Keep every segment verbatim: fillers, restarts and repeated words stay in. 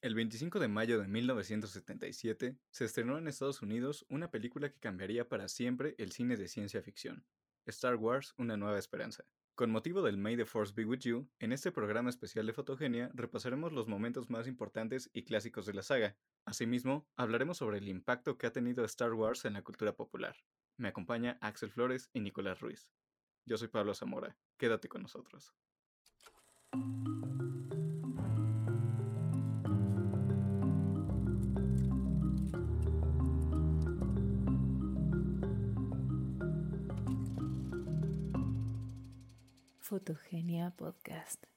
El veinticinco de mayo de mil novecientos setenta y siete se estrenó en Estados Unidos una película que cambiaría para siempre el cine de ciencia ficción, Star Wars: Una nueva esperanza. Con motivo del May the Force Be With You, en este programa especial de Fotogenia repasaremos los momentos más importantes y clásicos de la saga. Asimismo, hablaremos sobre el impacto que ha tenido Star Wars en la cultura popular. Me acompaña Axel Flores y Nicolás Ruiz. Yo soy Pablo Zamora. Quédate con nosotros. Fotogenia Podcast.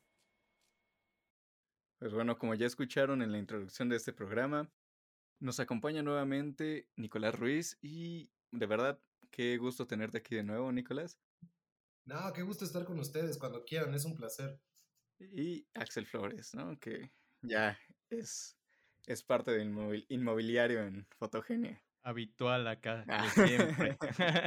Pues bueno, como ya escucharon en la introducción de este programa, nos acompaña nuevamente Nicolás Ruiz y de verdad, qué gusto tenerte aquí de nuevo, Nicolás. No, qué gusto estar con ustedes cuando quieran, es un placer. Y Axel Flores, ¿no? Que ya es, es parte del inmobil- inmobiliario en Fotogenia. Habitual acá, Ah. de siempre.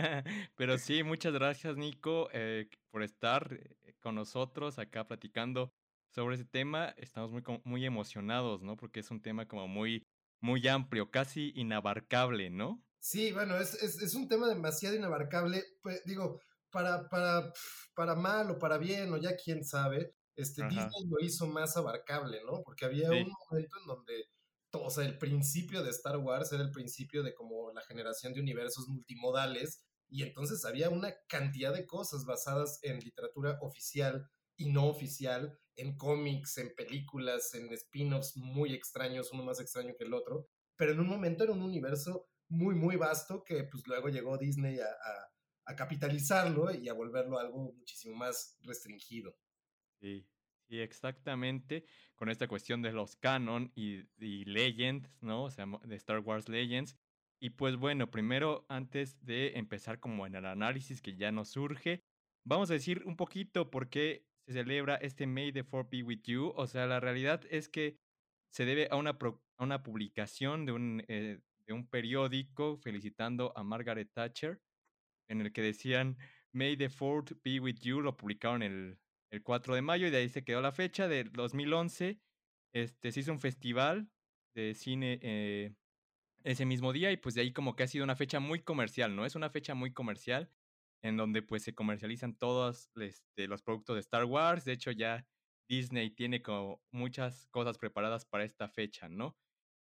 Pero sí, muchas gracias, Nico, eh, por estar eh, con nosotros acá platicando sobre ese tema. Estamos muy, co- muy emocionados, ¿no? Porque es un tema como muy, muy amplio, casi inabarcable, ¿no? Sí, bueno, es, es, es un tema demasiado inabarcable, pues, digo, para, para, pf, para mal o para bien, o ya quién sabe, este, Ajá. Disney lo hizo más abarcable, ¿no? Porque había Sí. un momento en donde, to- o sea, el principio de Star Wars era el principio de como la generación de universos multimodales, y entonces había una cantidad de cosas basadas en literatura oficial y no oficial, en cómics, en películas, en spin-offs muy extraños, uno más extraño que el otro, pero en un momento era un universo muy, muy vasto que pues luego llegó Disney a, a, a capitalizarlo y a volverlo algo muchísimo más restringido. Sí, sí, exactamente, con esta cuestión de los canon y, y Legends, ¿no? O sea, mo- de Star Wars Legends. Y pues bueno, primero, antes de empezar como en el análisis que ya nos surge, vamos a decir un poquito por qué se celebra este May the Fourth Be With You. O sea, la realidad es que se debe a una, pro- a una publicación de un, eh, de un periódico felicitando a Margaret Thatcher en el que decían May the Fourth be with you, lo publicaron el, el cuatro de mayo y de ahí se quedó la fecha del dos mil once. Este, se hizo un festival de cine eh, ese mismo día y pues de ahí como que ha sido una fecha muy comercial, ¿no? Es una fecha muy comercial en donde pues se comercializan todos este, los productos de Star Wars. De hecho ya Disney tiene como muchas cosas preparadas para esta fecha, ¿no?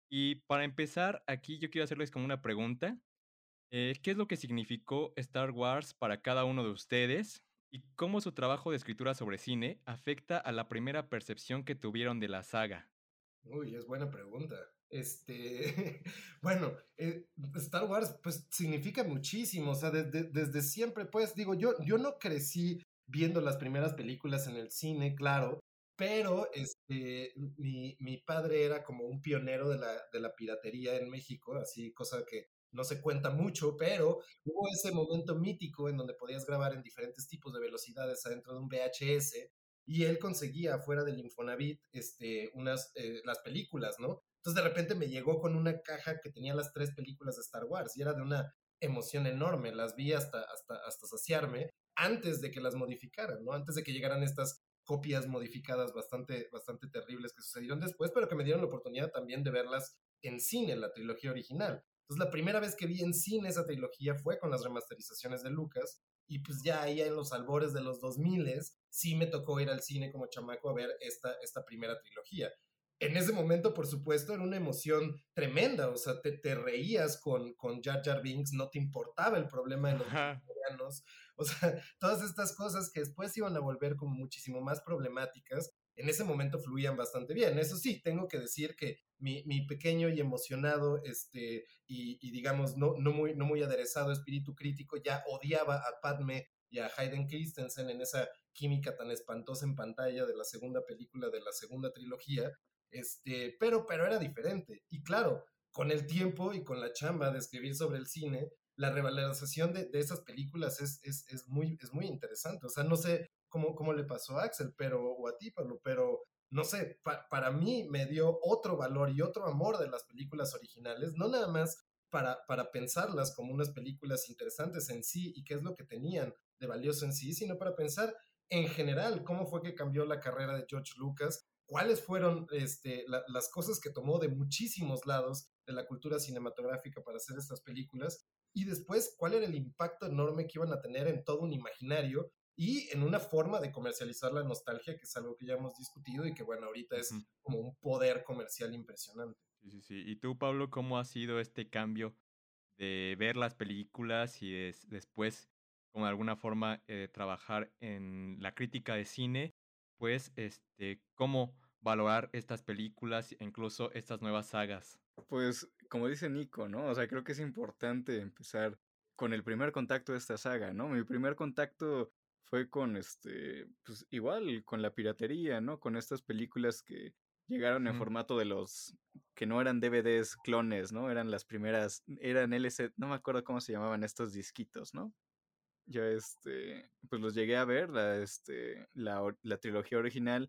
Y para empezar, aquí yo quiero hacerles como una pregunta. Eh, ¿qué es lo que significó Star Wars para cada uno de ustedes? ¿Y cómo su trabajo de escritura sobre cine afecta a la primera percepción que tuvieron de la saga? Uy, es buena pregunta. Este, bueno, eh, Star Wars pues significa muchísimo, o sea, desde, desde siempre, pues digo, yo, yo no crecí viendo las primeras películas en el cine, claro, pero este, mi, mi padre era como un pionero de la, de la piratería en México, así, cosa que no se cuenta mucho, pero hubo ese momento mítico en donde podías grabar en diferentes tipos de velocidades adentro de un V H S y él conseguía afuera del Infonavit este, unas, eh, las películas, ¿no? Entonces de repente me llegó con una caja que tenía las tres películas de Star Wars y era de una emoción enorme, las vi hasta, hasta, hasta saciarme antes de que las modificaran, ¿no? Antes de que llegaran estas copias modificadas bastante, bastante terribles que sucedieron después, pero que me dieron la oportunidad también de verlas en cine, la trilogía original. Entonces la primera vez que vi en cine esa trilogía fue con las remasterizaciones de Lucas y pues ya ahí en los albores de los dos mil sí me tocó ir al cine como chamaco a ver esta, esta primera trilogía. En ese momento, por supuesto, era una emoción tremenda, o sea, te, te reías con, con Jar Jar Binks, no te importaba el problema de los Ajá. coreanos, o sea, todas estas cosas que después iban a volver como muchísimo más problemáticas, en ese momento fluían bastante bien. Eso sí, tengo que decir que mi, mi pequeño y emocionado, este, y, y digamos, no, no, muy, no muy aderezado espíritu crítico ya odiaba a Padme y a Hayden Christensen en esa química tan espantosa en pantalla de la segunda película de la segunda trilogía, este, pero, pero era diferente. Y claro, con el tiempo y con la chamba de escribir sobre el cine, la revalorización de, de esas películas es, es, es, muy, es muy interesante. O sea, no sé cómo, cómo le pasó a Axel, pero, o a ti, Pablo, pero no sé, pa, para mí me dio otro valor y otro amor de las películas originales, no nada más para, para pensarlas como unas películas interesantes en sí y qué es lo que tenían de valioso en sí, sino para pensar en general cómo fue que cambió la carrera de George Lucas cuáles fueron este, la, las cosas que tomó de muchísimos lados de la cultura cinematográfica para hacer estas películas, y después cuál era el impacto enorme que iban a tener en todo un imaginario y en una forma de comercializar la nostalgia, que es algo que ya hemos discutido y que, bueno, ahorita es Ujú. como un poder comercial impresionante. Sí, sí, sí. ¿Y tú, Pablo, cómo ha sido este cambio de ver las películas y des- después, como de alguna forma, eh, trabajar en la crítica de cine? Pues, este, ¿cómo valorar estas películas e incluso estas nuevas sagas? Pues, como dice Nico, ¿no? O sea, creo que es importante empezar con el primer contacto de esta saga, ¿no? Mi primer contacto fue con este, pues igual, con la piratería, ¿no? Con estas películas que llegaron en Ujú, formato de los que no eran D V Ds clones, ¿no? Eran las primeras, eran L C, no me acuerdo cómo se llamaban estos disquitos, ¿no? Yo, este, pues los llegué a ver, la, este, la, or- la trilogía original,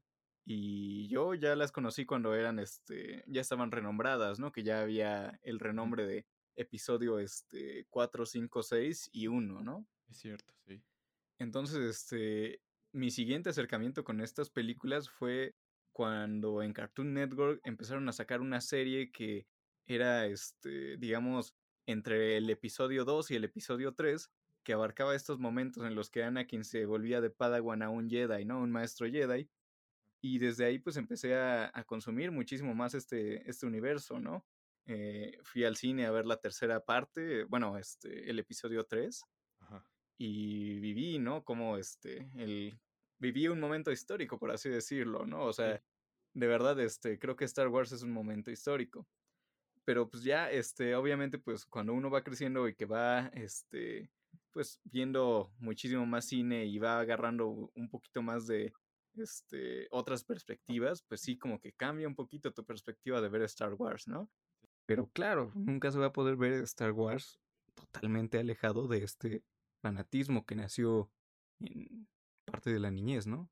y yo ya las conocí cuando eran, este, ya estaban renombradas, ¿no? Que ya había el ujú. renombre de episodio, este, cuatro cinco seis y uno, ¿no? Es cierto, sí. Entonces, este, mi siguiente acercamiento con estas películas fue cuando en Cartoon Network empezaron a sacar una serie que era, este, digamos, entre el episodio dos y el episodio tres, que abarcaba estos momentos en los que Anakin se volvía de Padawan a un Jedi, ¿no? Un maestro Jedi. Y desde ahí pues empecé a, a consumir muchísimo más este, este universo, ¿no? Eh, fui al cine a ver la tercera parte, bueno, este, el episodio tres, Ajá. y viví, ¿no? Como este, el, viví un momento histórico, por así decirlo, ¿no? O Sí. sea, de verdad, este, creo que Star Wars es un momento histórico. Pero pues ya, este, obviamente, pues cuando uno va creciendo y que va, este, pues viendo muchísimo más cine y va agarrando un poquito más de, este, otras perspectivas, pues sí, como que cambia un poquito tu perspectiva de ver Star Wars, ¿no? Pero claro, nunca se va a poder ver Star Wars totalmente alejado de este fanatismo que nació en parte de la niñez, ¿no?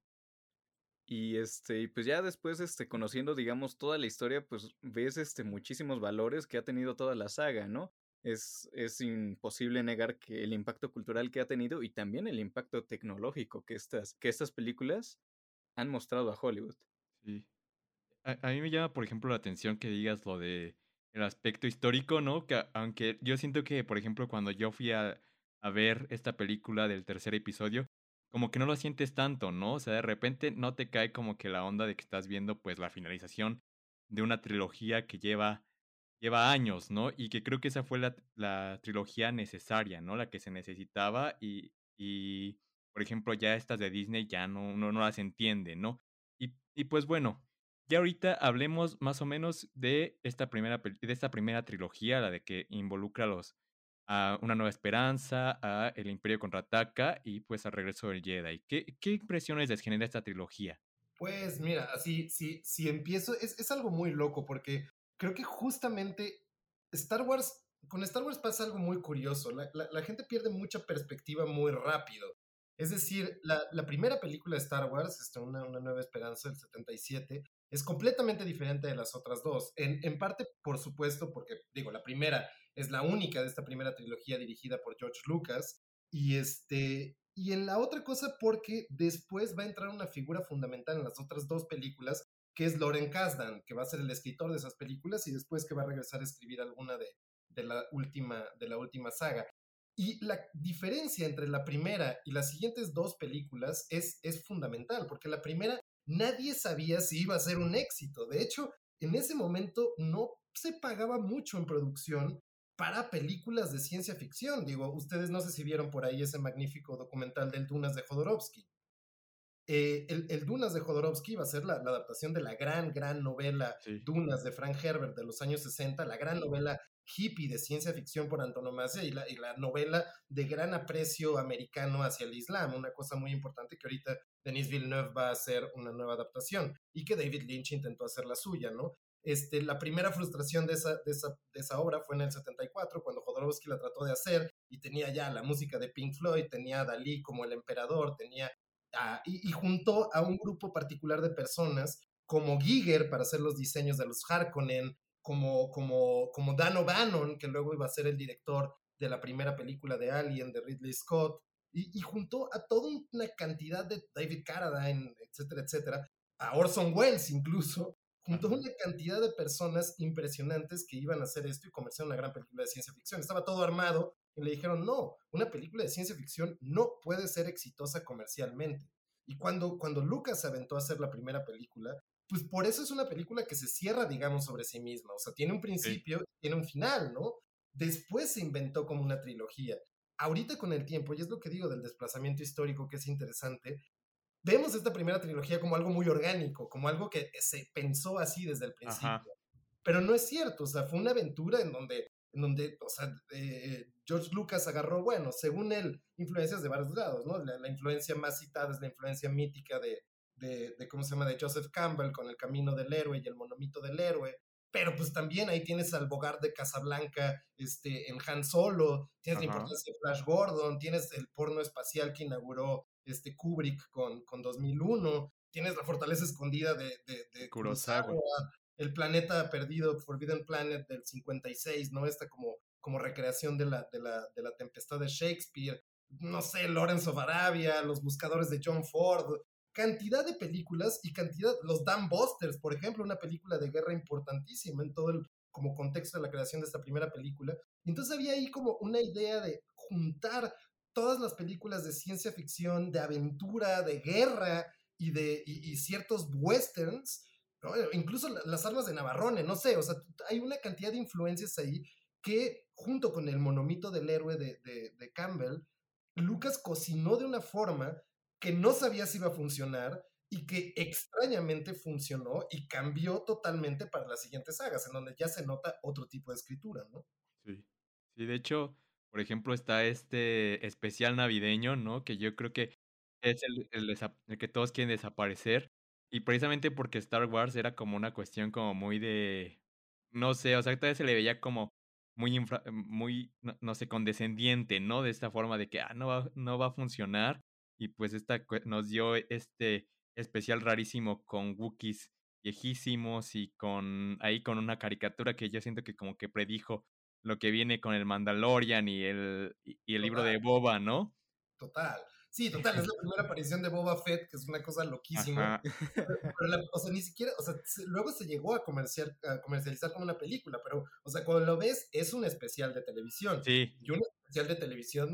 Y este, y pues ya después, este, conociendo, digamos, toda la historia, pues ves este muchísimos valores que ha tenido toda la saga, ¿no? Es, es imposible negar que el impacto cultural que ha tenido y también el impacto tecnológico que estas, que estas películas han mostrado a Hollywood. Sí. A, a mí me llama, por ejemplo, la atención que digas lo de el aspecto histórico, ¿no? Que a- aunque yo siento que, por ejemplo, cuando yo fui a, a ver esta película del tercer episodio, como que no lo sientes tanto, ¿no? O sea, de repente no te cae como que la onda de que estás viendo, pues, la finalización de una trilogía que lleva, lleva años, ¿no? Y que creo que esa fue la, la trilogía necesaria, ¿no? La que se necesitaba y, y, por ejemplo, ya estas de Disney ya no, no, no las entiende, ¿no? Y, y pues bueno. Ya ahorita hablemos más o menos de esta primera, pel- de esta primera trilogía, la de que involucra a los a Una Nueva Esperanza, a El Imperio Contraataca y pues al regreso del Jedi. ¿Qué, qué impresiones les genera esta trilogía? Pues mira, así, si, si empiezo, es, es algo muy loco porque creo que justamente Star Wars, con Star Wars pasa algo muy curioso. La, la- la gente pierde mucha perspectiva muy rápido. Es decir, la, la primera película de Star Wars, este, una, una Nueva Esperanza del setenta y siete, es completamente diferente de las otras dos. En, en parte, por supuesto, porque digo, la primera es la única de esta primera trilogía dirigida por George Lucas. Y este, y en la otra cosa, porque después va a entrar una figura fundamental en las otras dos películas, que es Loren Kasdan, que va a ser el escritor de esas películas y después que va a regresar a escribir alguna de, de, la, última, de la última saga. Y la diferencia entre la primera y las siguientes dos películas es, es fundamental, porque la primera nadie sabía si iba a ser un éxito. De hecho, en ese momento no se pagaba mucho en producción para películas de ciencia ficción. Digo, ustedes no sé si vieron por ahí ese magnífico documental del Dunas de Jodorowsky. Eh, el, el, Dunas de Jodorowsky va a ser la, la, adaptación de la gran, gran novela Sí. Dunas de Frank Herbert de los años sesenta, la gran novela hippie de ciencia ficción por antonomasia y la, y la novela de gran aprecio americano hacia el Islam, una cosa muy importante que ahorita Denis Villeneuve va a hacer una nueva adaptación y que David Lynch intentó hacer la suya, ¿no? Este, la primera frustración de esa, de, esa, de esa obra fue en el setenta y cuatro, cuando Jodorowsky la trató de hacer y tenía ya la música de Pink Floyd, tenía a Dalí como el emperador, tenía a, y, y juntó a un grupo particular de personas como Giger para hacer los diseños de los Harkonnen, como, como, como Dan O'Bannon, que luego iba a ser el director de la primera película de Alien de Ridley Scott, y, y juntó a toda una cantidad de David Carradine, etcétera, etcétera, a Orson Welles incluso, junto a una cantidad de personas impresionantes que iban a hacer esto y comerciar una gran película de ciencia ficción. Estaba todo armado y le dijeron, no, una película de ciencia ficción no puede ser exitosa comercialmente. Y cuando, cuando Lucas se aventó a hacer la primera película, pues por eso es una película que se cierra, digamos, sobre sí misma. O sea, tiene un principio, sí. Tiene un final, ¿no? Después se inventó como una trilogía. Ahorita con el tiempo, y es lo que digo del desplazamiento histórico, que es interesante, vemos esta primera trilogía como algo muy orgánico, como algo que se pensó así desde el principio. Ajá. Pero no es cierto, o sea, fue una aventura en donde, en donde o sea, eh, George Lucas agarró, bueno, según él, influencias de varios lados, ¿no? La, la influencia más citada es la influencia mítica de, de, de, ¿cómo se llama?, de Joseph Campbell con El Camino del Héroe y El Monomito del Héroe. Pero pues también ahí tienes al Bogart de Casablanca este, en Han Solo, tienes Ajá. la importancia de Flash Gordon, tienes el porno espacial que inauguró este Kubrick con, con dos mil uno, tienes la fortaleza escondida de, de, de Kurosawa, Kurosawa, el planeta perdido, Forbidden Planet del cincuenta y seis, ¿no? Esta como, como recreación de la, de, la, de la tempestad de Shakespeare, no sé, Lawrence of Arabia, Los Buscadores de John Ford, cantidad de películas y cantidad, los Dam Busters, por ejemplo, una película de guerra importantísima en todo el como contexto de la creación de esta primera película. Y entonces había ahí como una idea de juntar todas las películas de ciencia ficción, de aventura, de guerra y de y, y ciertos westerns, ¿no? Incluso las armas de Navarrone, no sé, o sea, hay una cantidad de influencias ahí que junto con el monomito del héroe de, de, de Campbell, Lucas cocinó de una forma que no sabía si iba a funcionar y que extrañamente funcionó y cambió totalmente para las siguientes sagas, en donde ya se nota otro tipo de escritura, ¿no? Sí, sí, de hecho, por ejemplo, está este especial navideño, ¿no? Que yo creo que es el, el, el que todos quieren desaparecer, y precisamente porque Star Wars era como una cuestión como muy de, no sé, o sea, todavía se le veía como muy, infra, muy no, no sé, condescendiente, ¿no? De esta forma de que, ah, no va, no va a funcionar. Y pues esta nos dio este especial rarísimo con Wookiees viejísimos y con ahí con una caricatura que yo siento que como que predijo lo que viene con el Mandalorian y el, y el libro de Boba, ¿no? Total. Sí, total, es la primera aparición de Boba Fett, que es una cosa loquísima. Pero, pero la, o sea, ni siquiera, o sea, se, luego se llegó a, comercial, a comercializar como una película, pero, o sea, cuando lo ves, es un especial de televisión. Sí. Y un especial de televisión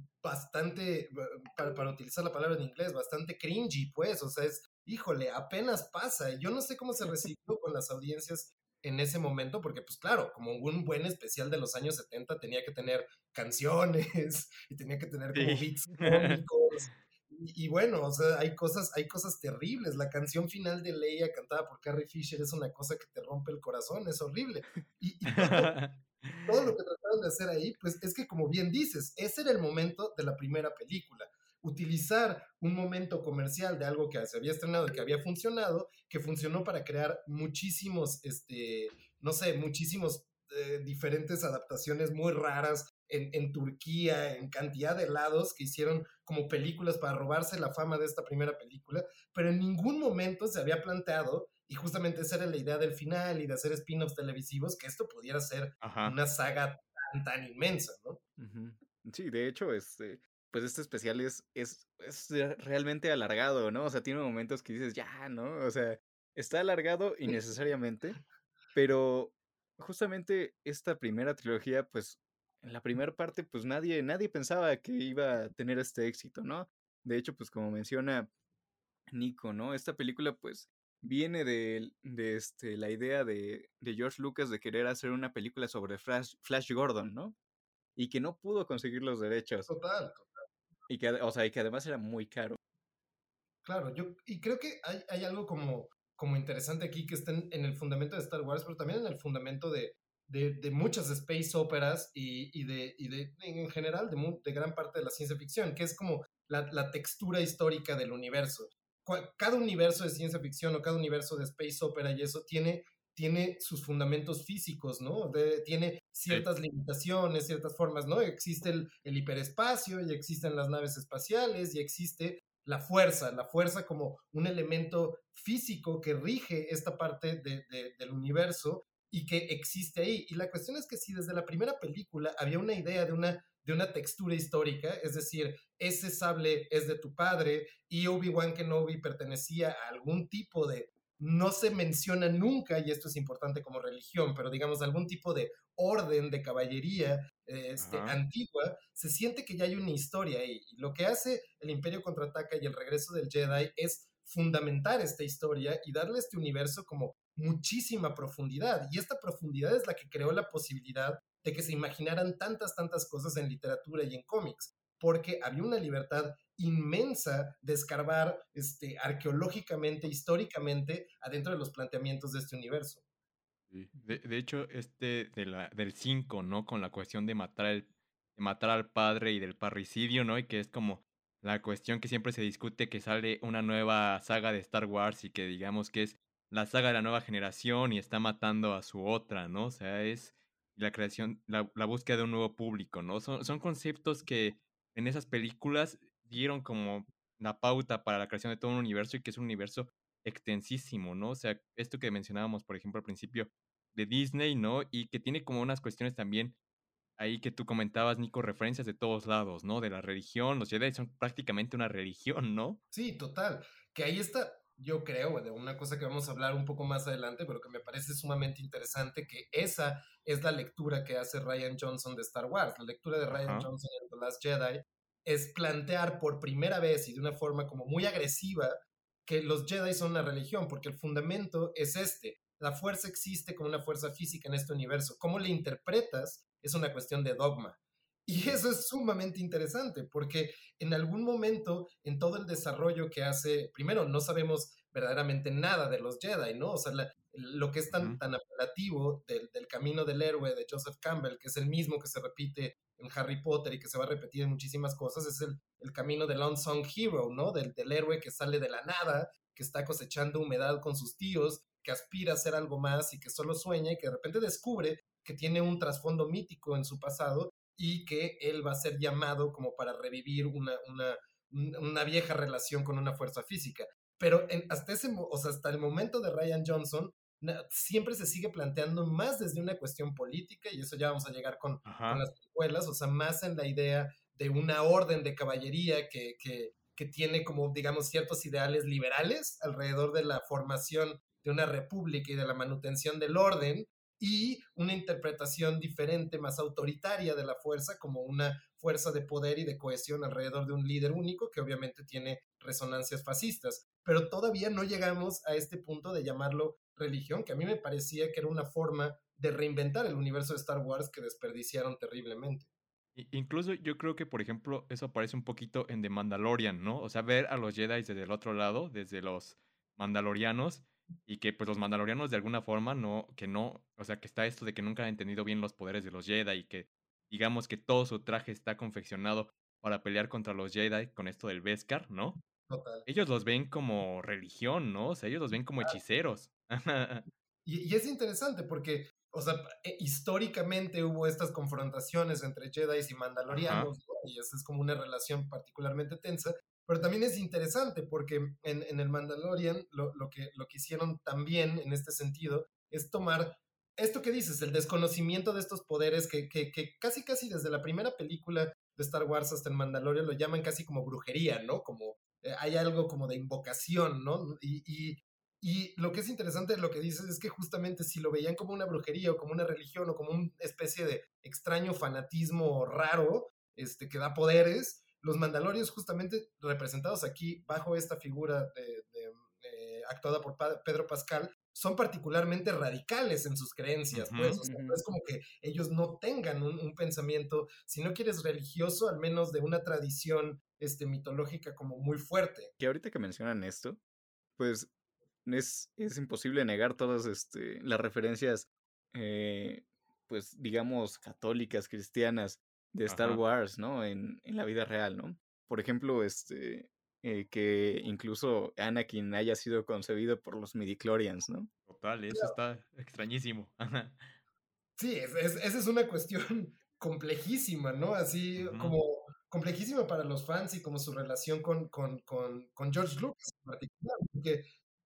bastante, para, para utilizar la palabra en inglés, bastante cringy, pues, o sea, es, híjole, apenas pasa. Yo no sé cómo se recibió con las audiencias en ese momento, porque pues claro, como un buen especial de los años setenta tenía que tener canciones y tenía que tener como sí. beats cómicos y, y bueno, o sea, hay cosas, hay cosas terribles. La canción final de Leia cantada por Carrie Fisher es una cosa que te rompe el corazón, es horrible. Y, y todo, todo lo que trataron de hacer ahí, pues es que como bien dices, ese era el momento de la primera película. Utilizar un momento comercial de algo que se había estrenado y que había funcionado, que funcionó para crear muchísimos, este, no sé, muchísimos eh, diferentes adaptaciones muy raras en, en Turquía, en cantidad de lados que hicieron como películas para robarse la fama de esta primera película, pero en ningún momento se había planteado, y justamente esa era la idea del final y de hacer spin-offs televisivos, que esto pudiera ser Ajá. una saga tan, tan inmensa, ¿no? Uh-huh. Sí, de hecho, este... pues este especial es, es, es realmente alargado, ¿no? O sea, tiene momentos que dices, ya, ¿no? O sea, está alargado innecesariamente, pero justamente esta primera trilogía, pues, en la primera parte, pues nadie, nadie pensaba que iba a tener este éxito, ¿no? De hecho, pues como menciona Nico, ¿no? Esta película, pues, viene de, de este, la idea de, de George Lucas de querer hacer una película sobre Flash, Flash Gordon, ¿no? Y que no pudo conseguir los derechos. Total, total. Y que, o sea, y que además era muy caro. Claro, yo, y creo que hay, hay algo como, como interesante aquí que está en, en el fundamento de Star Wars, pero también en el fundamento de, de, de muchas space operas y, y, de, y de, en general, de, de gran parte de la ciencia ficción, que es como la, la textura histórica del universo. Cada universo de ciencia ficción o cada universo de space opera y eso tiene tiene sus fundamentos físicos, ¿no? De, tiene ciertas sí. limitaciones, ciertas formas, ¿no? Existe el, el hiperespacio y existen las naves espaciales y existe la fuerza, la fuerza como un elemento físico que rige esta parte de, de, del universo y que existe ahí. Y la cuestión es que si desde la primera película había una idea de una, de una textura histórica, es decir, ese sable es de tu padre y Obi-Wan Kenobi pertenecía a algún tipo de, no se menciona nunca, y esto es importante como religión, pero digamos algún tipo de orden de caballería este, Ajá. antigua, se siente que ya hay una historia ahí. Y lo que hace el Imperio Contraataca y el regreso del Jedi es fundamentar esta historia y darle a este universo como muchísima profundidad. Y esta profundidad es la que creó la posibilidad de que se imaginaran tantas, tantas cosas en literatura y en cómics, porque había una libertad inmensa de escarbar este, arqueológicamente, históricamente, adentro de los planteamientos de este universo. Sí. De, de hecho, este de la, del cinco, ¿no? Con la cuestión de matar, el, de matar al padre y del parricidio, ¿no? Y que es como la cuestión que siempre se discute que sale una nueva saga de Star Wars y que digamos que es la saga de la nueva generación y está matando a su otra, ¿no? O sea, es la creación, la, la búsqueda de un nuevo público, ¿no? Son, son conceptos que en esas películas dieron como la pauta para la creación de todo un universo y que es un universo extensísimo, ¿no? O sea, esto que mencionábamos, por ejemplo, al principio de Disney, ¿no? Y que tiene como unas cuestiones también ahí que tú comentabas, Nico, referencias de todos lados, ¿no? De la religión, los Jedi son prácticamente una religión, ¿no? Sí, total. Que ahí está, yo creo, de una cosa que vamos a hablar un poco más adelante, pero que me parece sumamente interesante, que esa es la lectura que hace Rian Johnson de Star Wars. La lectura de Rian Ajá. Johnson en The Last Jedi es plantear por primera vez y de una forma como muy agresiva que los Jedi son una religión, porque el fundamento es este. La fuerza existe como una fuerza física en este universo. ¿Cómo la interpretas? Es una cuestión de dogma. Y eso es sumamente interesante, porque en algún momento en todo el desarrollo que hace, primero, no sabemos verdaderamente nada de los Jedi, ¿no? O sea, la, lo que es tan, Ujú. tan apelativo del, del camino del héroe de Joseph Campbell, que es el mismo que se repite en Harry Potter y que se va a repetir en muchísimas cosas, es el, el camino del unsung hero, ¿no? Del, del héroe que sale de la nada, que está cosechando humedad con sus tíos, que aspira a ser algo más y que solo sueña y que de repente descubre que tiene un trasfondo mítico en su pasado y que él va a ser llamado como para revivir una, una, una vieja relación con una fuerza física. Pero en, hasta, ese, o sea, hasta el momento de Rian Johnson, na, siempre se sigue planteando más desde una cuestión política, y eso ya vamos a llegar con, con Ajá. las precuelas, o sea, más en la idea de una orden de caballería que, que, que tiene como, digamos, ciertos ideales liberales alrededor de la formación de una república y de la manutención del orden, y una interpretación diferente, más autoritaria de la fuerza, como una fuerza de poder y de cohesión alrededor de un líder único que obviamente tiene resonancias fascistas. Pero todavía no llegamos a este punto de llamarlo religión, que a mí me parecía que era una forma de reinventar el universo de Star Wars que desperdiciaron terriblemente. I- Incluso yo creo que, por ejemplo, eso aparece un poquito en The Mandalorian, ¿no? O sea, ver a los Jedi desde el otro lado, desde los Mandalorianos, y que pues los Mandalorianos de alguna forma no, que no, o sea, que está esto de que nunca han entendido bien los poderes de los Jedi y que digamos que todo su traje está confeccionado para pelear contra los Jedi con esto del Beskar, ¿no? Total. Ellos los ven como religión, ¿no? O sea, ellos los ven como hechiceros. Y, y es interesante porque, o sea, eh, históricamente hubo estas confrontaciones entre Jedi y Ajá. Mandalorianos, ¿no? Y esa es como una relación particularmente tensa, pero también es interesante porque en, en el Mandalorian lo, lo, que, lo que hicieron también en este sentido es tomar esto que dices, el desconocimiento de estos poderes que, que, que casi casi desde la primera película de Star Wars hasta el Mandalorian lo llaman casi como brujería, ¿no? Como eh, hay algo como de invocación, ¿no? Y, y y lo que es interesante de lo que dices es que justamente si lo veían como una brujería o como una religión o como una especie de extraño fanatismo raro, este, que da poderes, los mandalorios justamente representados aquí bajo esta figura de, de, eh, actuada por pa Pedro Pascal, son particularmente radicales en sus creencias, pues, Ujú. o sea, no Ujú. es como que ellos no tengan un, un pensamiento, si no quieres religioso, al menos de una tradición este, mitológica como muy fuerte. Que ahorita que mencionan esto, pues es, es imposible negar todas este, las referencias, eh, pues digamos, católicas, cristianas de Star Ajá. Wars, ¿no? En, en la vida real, ¿no? Por ejemplo, este, eh, que incluso Anakin haya sido concebido por los midichlorians, ¿no? Total, eso está extrañísimo. Ajá. Sí, es, es, esa es una cuestión complejísima, ¿no? Así Ujú. como complejísima para los fans y como su relación con, con, con, con George Lucas en particular, porque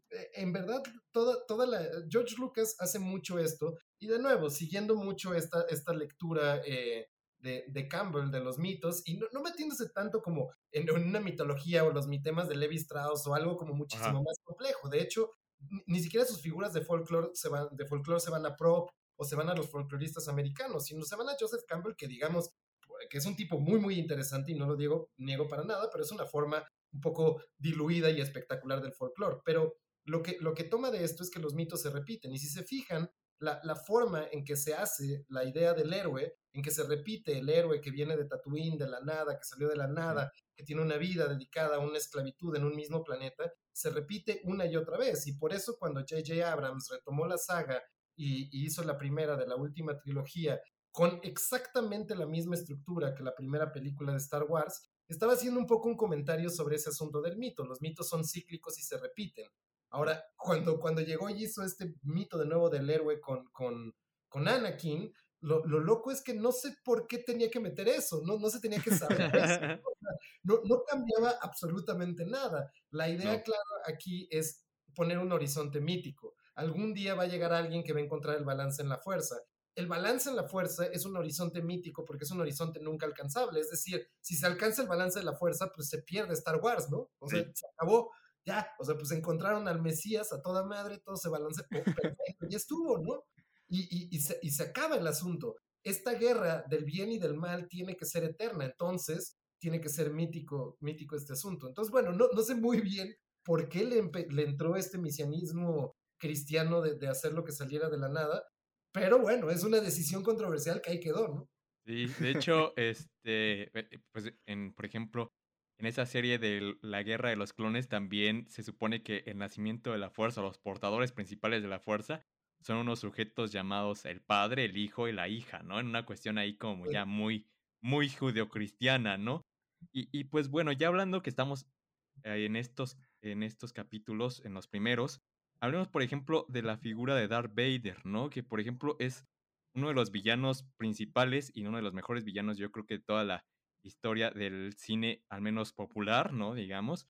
eh, en verdad, toda, toda la... George Lucas hace mucho esto, y de nuevo, siguiendo mucho esta, esta lectura eh, de, de Campbell, de los mitos, y no, no metiéndose tanto como en, en una mitología o los mitemas de Levi Strauss o algo como Ajá. muchísimo más complejo. De hecho, ni, ni siquiera sus figuras de folclore se van, de folclore se van a prop o se van a los folcloristas americanos, sino se van a Joseph Campbell, que digamos, que es un tipo muy, muy interesante y no lo digo, niego para nada, pero es una forma un poco diluida y espectacular del folclore. Pero lo que, lo que toma de esto es que los mitos se repiten. Y si se fijan, la, la, forma en que se hace la idea del héroe, en que se repite el héroe que viene de Tatooine, de la nada, que salió de la nada, sí. que tiene una vida dedicada a una esclavitud en un mismo planeta, se repite una y otra vez. Y por eso cuando J J Abrams retomó la saga y, y hizo la primera de la última trilogía con exactamente la misma estructura que la primera película de Star Wars, estaba haciendo un poco un comentario sobre ese asunto del mito. Los mitos son cíclicos y se repiten. Ahora, cuando, cuando llegó y hizo este mito de nuevo del héroe con, con, con Anakin, lo, lo, loco es que no sé por qué tenía que meter eso, no, no se tenía que saber eso. No, no cambiaba absolutamente nada. La idea no. clara aquí es poner un horizonte mítico. Algún día va a llegar alguien que va a encontrar el balance en la fuerza. El balance en la fuerza es un horizonte mítico porque es un horizonte nunca alcanzable. Es decir, si se alcanza el balance de la fuerza, pues se pierde Star Wars, ¿no? O sea, sí. se acabó. Ya, o sea, pues encontraron al Mesías a toda madre, todo se balancea, oh, perfecto, ya estuvo, ¿no? Y, y, y, se, y se acaba el asunto. Esta guerra del bien y del mal tiene que ser eterna, entonces tiene que ser mítico, mítico este asunto. Entonces, bueno, no, no sé muy bien por qué le, le entró este mesianismo cristiano de, de hacer lo que saliera de la nada, pero bueno, es una decisión controversial que ahí quedó, ¿no? Sí, de hecho, este, pues, en, por ejemplo, en esa serie de la Guerra de los Clones también se supone que el nacimiento de la fuerza, los portadores principales de la fuerza, son unos sujetos llamados el padre, el hijo y la hija, ¿no? En una cuestión ahí como ya muy, muy judeocristiana, ¿no? Y, y pues bueno, ya hablando que estamos eh, en, estos, en estos capítulos, en los primeros, hablemos, por ejemplo, de la figura de Darth Vader, ¿no? Que, por ejemplo, es uno de los villanos principales y uno de los mejores villanos, yo creo que de toda la historia del cine, al menos popular, ¿no? Digamos,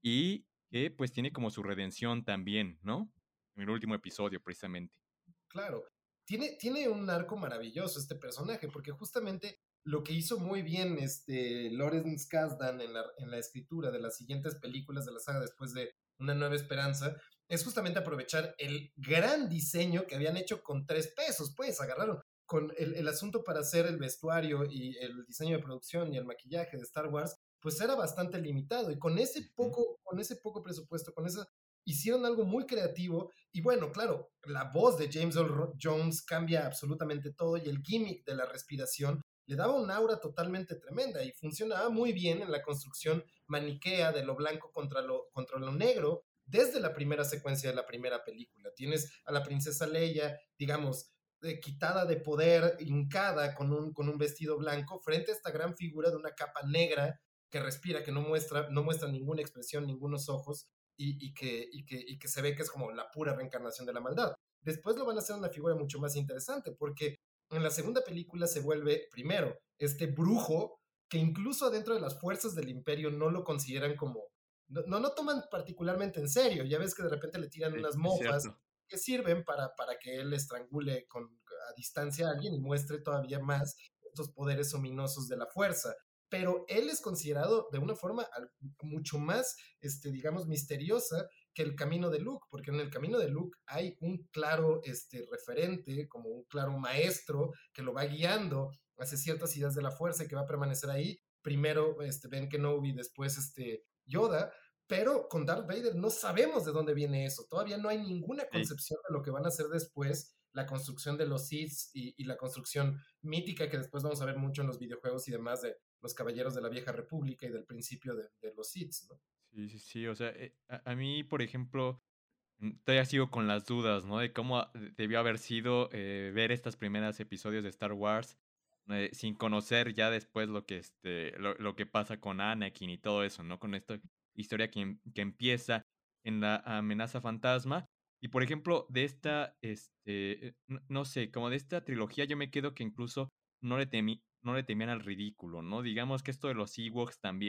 y que pues tiene como su redención también, ¿no? En el último episodio, precisamente. Claro, tiene, tiene un arco maravilloso este personaje, porque justamente lo que hizo muy bien este Lawrence Kasdan en la, en la escritura de las siguientes películas de la saga después de Una Nueva Esperanza, es justamente aprovechar el gran diseño que habían hecho con tres pesos, pues agarraron con el, el asunto para hacer el vestuario y el diseño de producción y el maquillaje de Star Wars, pues era bastante limitado, y con ese poco, con ese poco presupuesto, con esa hicieron algo muy creativo. Y bueno, claro, la voz de James Earl Jones cambia absolutamente todo, y el gimmick de la respiración le daba un aura totalmente tremenda y funcionaba muy bien en la construcción maniquea de lo blanco contra lo, contra lo negro desde la primera secuencia de la primera película. Tienes a la princesa Leia, digamos, eh, quitada de poder, hincada con un, con un vestido blanco frente a esta gran figura de una capa negra que respira, que no muestra, no muestra ninguna expresión, ningunos ojos, y, y, que, y, que, y que se ve que es como la pura reencarnación de la maldad. Después lo van a hacer una figura mucho más interesante, porque en la segunda película se vuelve, primero, este brujo que incluso dentro de las fuerzas del imperio no lo consideran como, no, no, no toman particularmente en serio. Ya ves que de repente le tiran Sí, unas es mofas cierto. que sirven para, para que él estrangule con, a distancia a alguien y muestre todavía más estos poderes ominosos de la fuerza. Pero él es considerado de una forma mucho más, este, digamos, misteriosa que el camino de Luke, porque en el camino de Luke hay un claro este, referente, como un claro maestro que lo va guiando hacia ciertas ideas de la fuerza y que va a permanecer ahí. Primero este, Ben Kenobi, después este, Yoda, pero con Darth Vader no sabemos de dónde viene eso. Todavía no hay ninguna concepción sí. de lo que van a hacer después, la construcción de los Sith y, y la construcción mítica que después vamos a ver mucho en los videojuegos y demás de los Caballeros de la Vieja República y del principio de, de los Sith, ¿no? Sí, sí, sí, o sea, eh, a, a mí, por ejemplo, todavía sigo con las dudas, ¿no? De cómo debió haber sido eh, ver estos primeros episodios de Star Wars eh, sin conocer ya después lo que, este, lo, lo que pasa con Anakin y todo eso, ¿no? Con esta historia que, que empieza en la amenaza fantasma. Y, por ejemplo, de esta, este, no, no sé, como de esta trilogía yo me quedo que incluso no le, temí, no le temían al ridículo, ¿no? Digamos que esto de los Ewoks también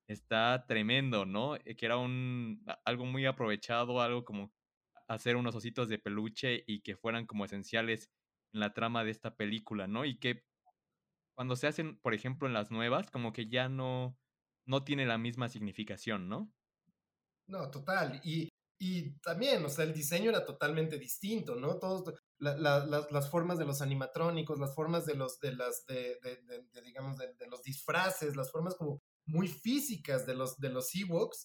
está tremendo, ¿no? Eh, que era un a- algo muy aprovechado, algo como hacer unos ositos de peluche y que fueran como esenciales en la trama de esta película, ¿no? Y que cuando se hacen, por ejemplo, en las nuevas, como que ya no no tiene la misma significación, ¿no? No, total. Y, y también, o sea, el diseño era totalmente distinto, ¿no? Todos, la- la- las, las formas de los animatrónicos, las formas de los, de las, de, de- de- de, digamos, de, de los disfraces, las formas como muy físicas de los, de los Ewoks,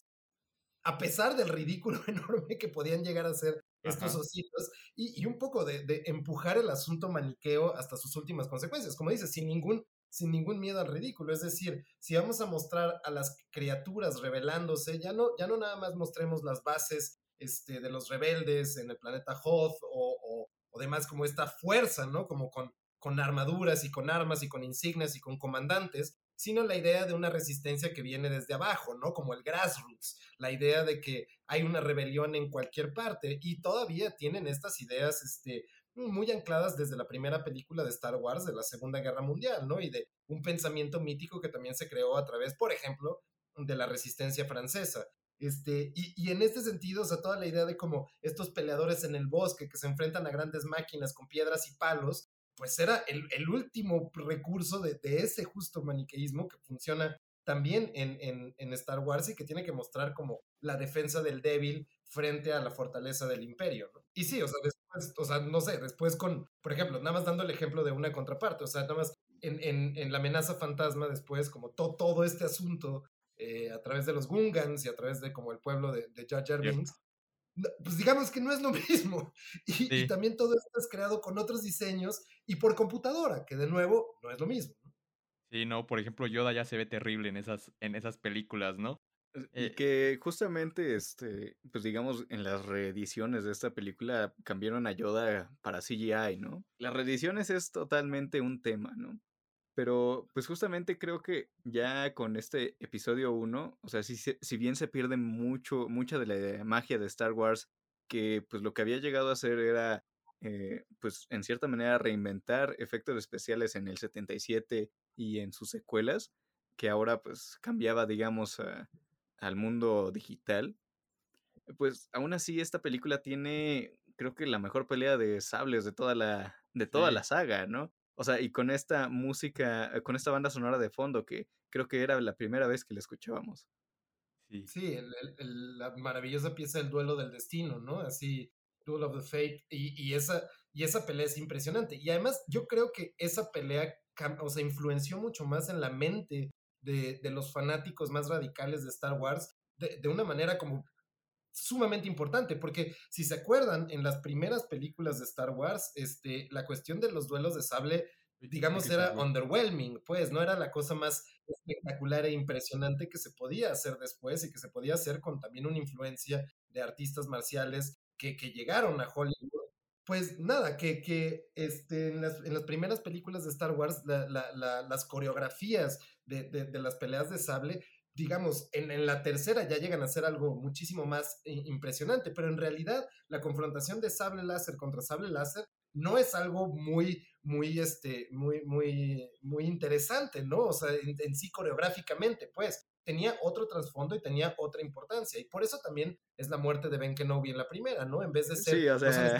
a pesar del ridículo enorme que podían llegar a ser estos Ajá. ositos, y, y un poco de, de empujar el asunto maniqueo hasta sus últimas consecuencias, como dices, sin ningún, sin ningún miedo al ridículo. Es decir, si vamos a mostrar a las criaturas rebelándose, ya no, ya no nada más mostremos las bases este, de los rebeldes en el planeta Hoth o, o, o demás como esta fuerza, ¿no? Como con, con armaduras y con armas y con insignias y con comandantes, sino la idea de una resistencia que viene desde abajo, ¿no? Como el grassroots, la idea de que hay una rebelión en cualquier parte y todavía tienen estas ideas este, muy ancladas desde la primera película de Star Wars de la Segunda Guerra Mundial, ¿no? Y de un pensamiento mítico que también se creó a través, por ejemplo, de la resistencia francesa. Este, y, y en este sentido, o sea, toda la idea de como estos peleadores en el bosque que se enfrentan a grandes máquinas con piedras y palos, pues era el, el último recurso de, de, ese justo maniqueísmo que funciona también en, en, en, Star Wars y que tiene que mostrar como la defensa del débil frente a la fortaleza del imperio, ¿no? Y sí, o sea, después, o sea, no sé, después con, por ejemplo, nada más dando el ejemplo de una contraparte, o sea, nada más en, en, en la amenaza fantasma después, como to, todo este asunto eh, a través de los Gungans y a través de como el pueblo de, de Jar Jar Cierto. Binks, pues digamos que no es lo mismo. Y, y, Sí. también todo esto es creado con otros diseños y por computadora, que de nuevo no es lo mismo, ¿no? Sí, no, por ejemplo, Yoda ya se ve terrible en esas en esas películas, ¿no? Es- Y Eh, que justamente, este, pues digamos, en las reediciones de esta película cambiaron a Yoda para C G I, ¿no? Las reediciones es totalmente un tema, ¿no? Pero pues justamente creo que ya con este episodio uno, o sea, si, se- si bien se pierde mucho, mucha de la magia de Star Wars, que pues lo que había llegado a hacer era, eh, pues en cierta manera reinventar efectos especiales en el setenta y siete y en sus secuelas, que ahora pues cambiaba, digamos, a- al mundo digital, pues aún así esta película tiene, creo que la mejor pelea de sables de toda la, de toda la sí, saga, ¿no? O sea, y con esta música, eh, con esta banda sonora de fondo que creo que era la primera vez que la escuchábamos. sí, Sí, el, el, el, la maravillosa pieza del duelo del destino, ¿no? Así, Duel of the Fate, y, y, esa, y esa pelea es impresionante. Y además yo creo que esa pelea, o sea, influenció mucho más en la mente de, de los fanáticos más radicales de Star Wars, de, de una manera como sumamente importante, porque si se acuerdan, en las primeras películas de Star Wars, este, la cuestión de los duelos de sable, digamos, era underwhelming, pues, no era la cosa más espectacular e impresionante que se podía hacer después y que se podía hacer con también una influencia de artistas marciales que, que llegaron a Hollywood. Pues nada, que, que este, en, las, en las primeras películas de Star Wars, la, la, la, las coreografías de, de, de las peleas de sable digamos, en, en, la tercera ya llegan a ser algo muchísimo más eh, impresionante, pero en realidad la confrontación de sable láser contra sable láser no es algo muy, muy, este, muy, muy, muy interesante, ¿no? O sea, en, en sí coreográficamente, pues, tenía otro trasfondo y tenía otra importancia, y por eso también es la muerte de Ben Kenobi en la primera, ¿no? En vez de ser, Sí, o no sabes, sea,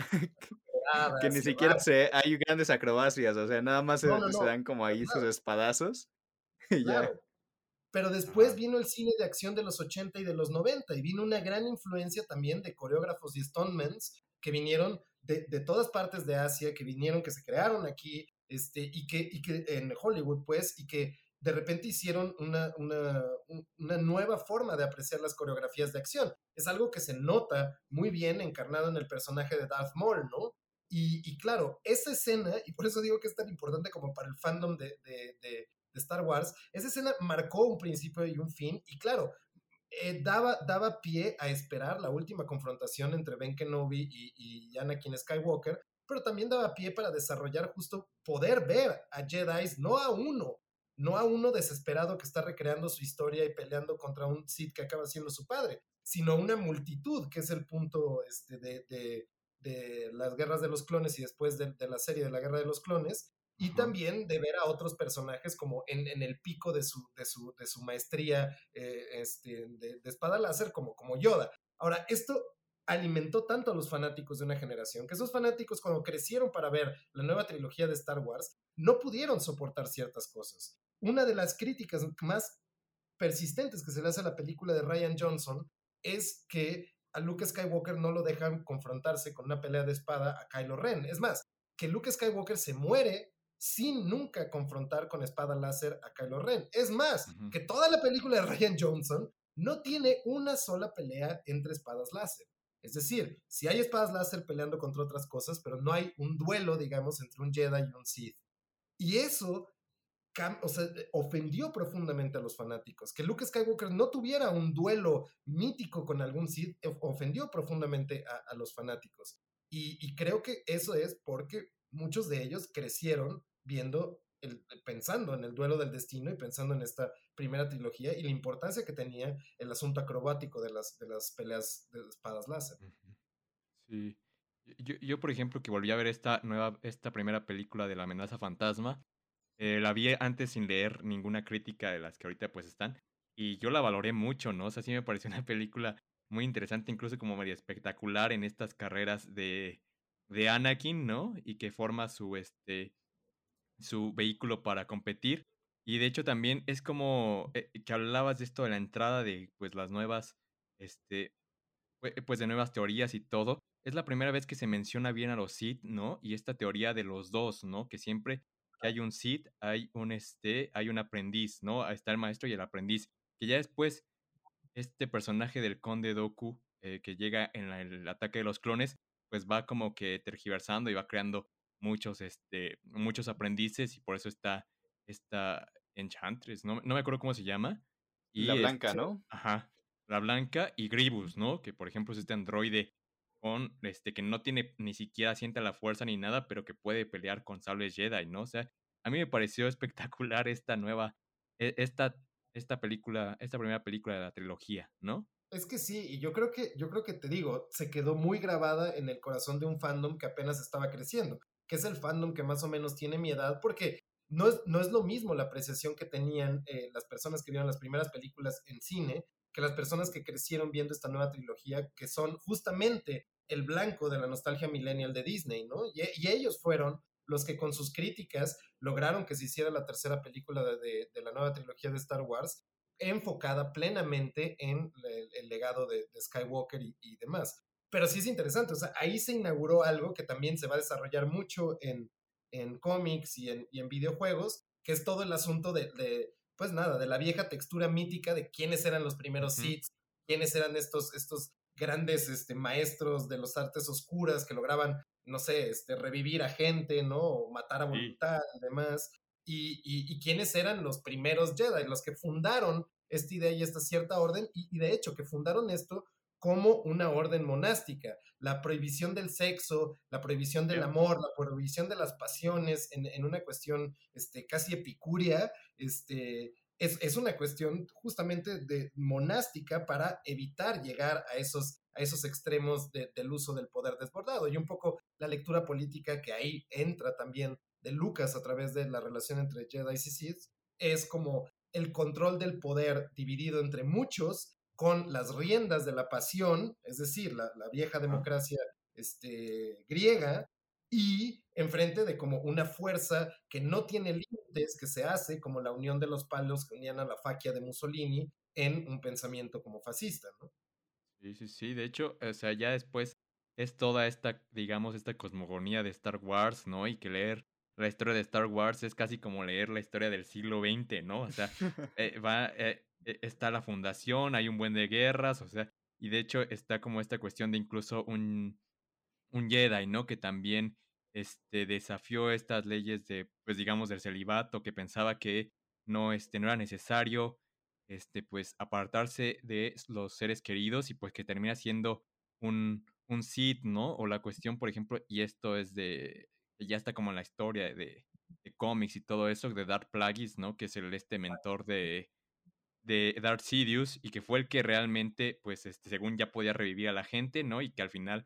que ni y siquiera raras. se, hay grandes acrobacias, o sea, nada más No, se, no, se no, dan como ahí sus claro, espadazos y ya. claro. Pero después ajá, vino el cine de acción de los ochenta y de los noventa y vino una gran influencia también de coreógrafos y stuntmans que vinieron de, de todas partes de Asia, que vinieron, que se crearon aquí, este, y, que, y que en Hollywood, pues, y que de repente hicieron una, una, una nueva forma de apreciar las coreografías de acción. Es algo que se nota muy bien encarnado en el personaje de Darth Maul, ¿no? Y, y claro, esa escena, y por eso digo que es tan importante como para el fandom de, de, de de Star Wars, esa escena marcó un principio y un fin, y claro, eh, daba, daba pie a esperar la última confrontación entre Ben Kenobi y, y Anakin Skywalker, pero también daba pie para desarrollar justo poder ver a Jedi, no a uno, no a uno desesperado que está recreando su historia y peleando contra un Sith que acaba siendo su padre, sino a una multitud, que es el punto este, de, de, de las guerras de los clones y después de, de la serie de la guerra de los clones, y Ajá. también de ver a otros personajes como en, en el pico de su, de su, de su maestría eh, este, de, de espada láser como, como Yoda. Ahora, esto alimentó tanto a los fanáticos de una generación que esos fanáticos cuando crecieron para ver la nueva trilogía de Star Wars no pudieron soportar ciertas cosas. Una de las críticas más persistentes que se le hace a la película de Rian Johnson es que a Luke Skywalker no lo dejan confrontarse con una pelea de espada a Kylo Ren. Es más, que Luke Skywalker se muere sin nunca confrontar con espada láser a Kylo Ren. Es más, Ujú. que toda la película de Rian Johnson no tiene una sola pelea entre espadas láser. Es decir, si hay espadas láser peleando contra otras cosas, pero no hay un duelo, digamos, entre un Jedi y un Sith. Y eso o sea, ofendió profundamente a los fanáticos. Que Luke Skywalker no tuviera un duelo mítico con algún Sith ofendió profundamente a, a los fanáticos. Y, y, creo que eso es porque muchos de ellos crecieron viendo, el, pensando en el duelo del destino y pensando en esta primera trilogía y la importancia que tenía el asunto acrobático de las, de las peleas de espadas láser. Ujú. Sí. Yo, yo, por ejemplo, que volví a ver esta nueva, esta primera película de La Amenaza Fantasma, eh, la vi antes sin leer ninguna crítica de las que ahorita pues están, y yo la valoré mucho, ¿no? O sea, sí me pareció una película muy interesante, incluso como medio espectacular en estas carreras de, de Anakin, ¿no? Y que forma su, este, su vehículo para competir. Y de hecho también es como eh, que hablabas de esto de la entrada de pues las nuevas, este, pue- pues de nuevas teorías y todo. Es la primera vez que se menciona bien a los Sith, ¿no? Y esta teoría de los dos, ¿no? Que siempre que hay un Sith, hay un este, hay un aprendiz, ¿no? Ahí está el maestro y el aprendiz. Que ya después este personaje del Conde Dooku eh, que llega en la- el ataque de los clones, pues va como que tergiversando y va creando muchos, este, muchos aprendices y por eso está esta Enchantress, no, no me acuerdo cómo se llama. La Y blanca, este, ¿no? ajá, la blanca y Grievous, ¿no? Que por ejemplo es este androide con, este, que no tiene ni siquiera siente la fuerza ni nada, pero que puede pelear con sables Jedi, ¿no? O sea, a mí me pareció espectacular esta nueva, e- esta esta película, esta primera película de la trilogía, ¿no? Es que sí, y yo creo que, yo creo que te digo, se quedó muy grabada en el corazón de un fandom que apenas estaba creciendo, que es el fandom que más o menos tiene mi edad, porque no es, no es lo mismo la apreciación que tenían eh, las personas que vieron las primeras películas en cine, que las personas que crecieron viendo esta nueva trilogía, que son justamente el blanco de la nostalgia millennial de Disney, ¿no? Y, y ellos fueron los que con sus críticas lograron que se hiciera la tercera película de, de, de la nueva trilogía de Star Wars, enfocada plenamente en el, el legado de, de Skywalker y, y, demás. Pero sí es interesante, o sea, ahí se inauguró algo que también se va a desarrollar mucho en, en cómics y en, y en videojuegos, que es todo el asunto de, de, pues nada, de la vieja textura mítica de quiénes eran los primeros Ujú. Sith, quiénes eran estos, estos grandes este, maestros de las artes oscuras que lograban, no sé, este, revivir a gente, ¿no? O matar a Sí. voluntad y demás y, y, y quiénes eran los primeros Jedi, los que fundaron esta idea y esta cierta orden, y, y de hecho que fundaron esto como una orden monástica, la prohibición del sexo, la prohibición del Yep. amor, la prohibición de las pasiones en, en una cuestión este, casi epicúrea, este, es, es, una cuestión justamente de monástica para evitar llegar a esos, a esos extremos de, del uso del poder desbordado y un poco la lectura política que ahí entra también de Lucas a través de la relación entre Jedi y Sith es como el control del poder dividido entre muchos con las riendas de la pasión, es decir, la, la vieja democracia este, griega, y enfrente de como una fuerza que no tiene límites, que se hace como la unión de los palos que unían a la faquia de Mussolini en un pensamiento como fascista, ¿no? Sí, sí, sí. De hecho, o sea, ya después es toda esta, digamos, esta cosmogonía de Star Wars, ¿no? Y que leer la historia de Star Wars es casi como leer la historia del siglo veinte, ¿no? O sea, eh, va, eh, eh, está la fundación, hay un buen de guerras, o sea, y de hecho está como esta cuestión de incluso un, un Jedi, ¿no? Que también este, desafió estas leyes de, pues digamos, del celibato, que pensaba que no, este, no era necesario, este, pues, apartarse de los seres queridos y pues que termina siendo un, un Sith, ¿no? O la cuestión, por ejemplo, y esto es de, ya está como en la historia de, de cómics y todo eso, de Darth Plagueis, ¿no? Que es el este mentor de, de Darth Sidious y que fue el que realmente, pues, este, según ya podía revivir a la gente, ¿no? Y que al final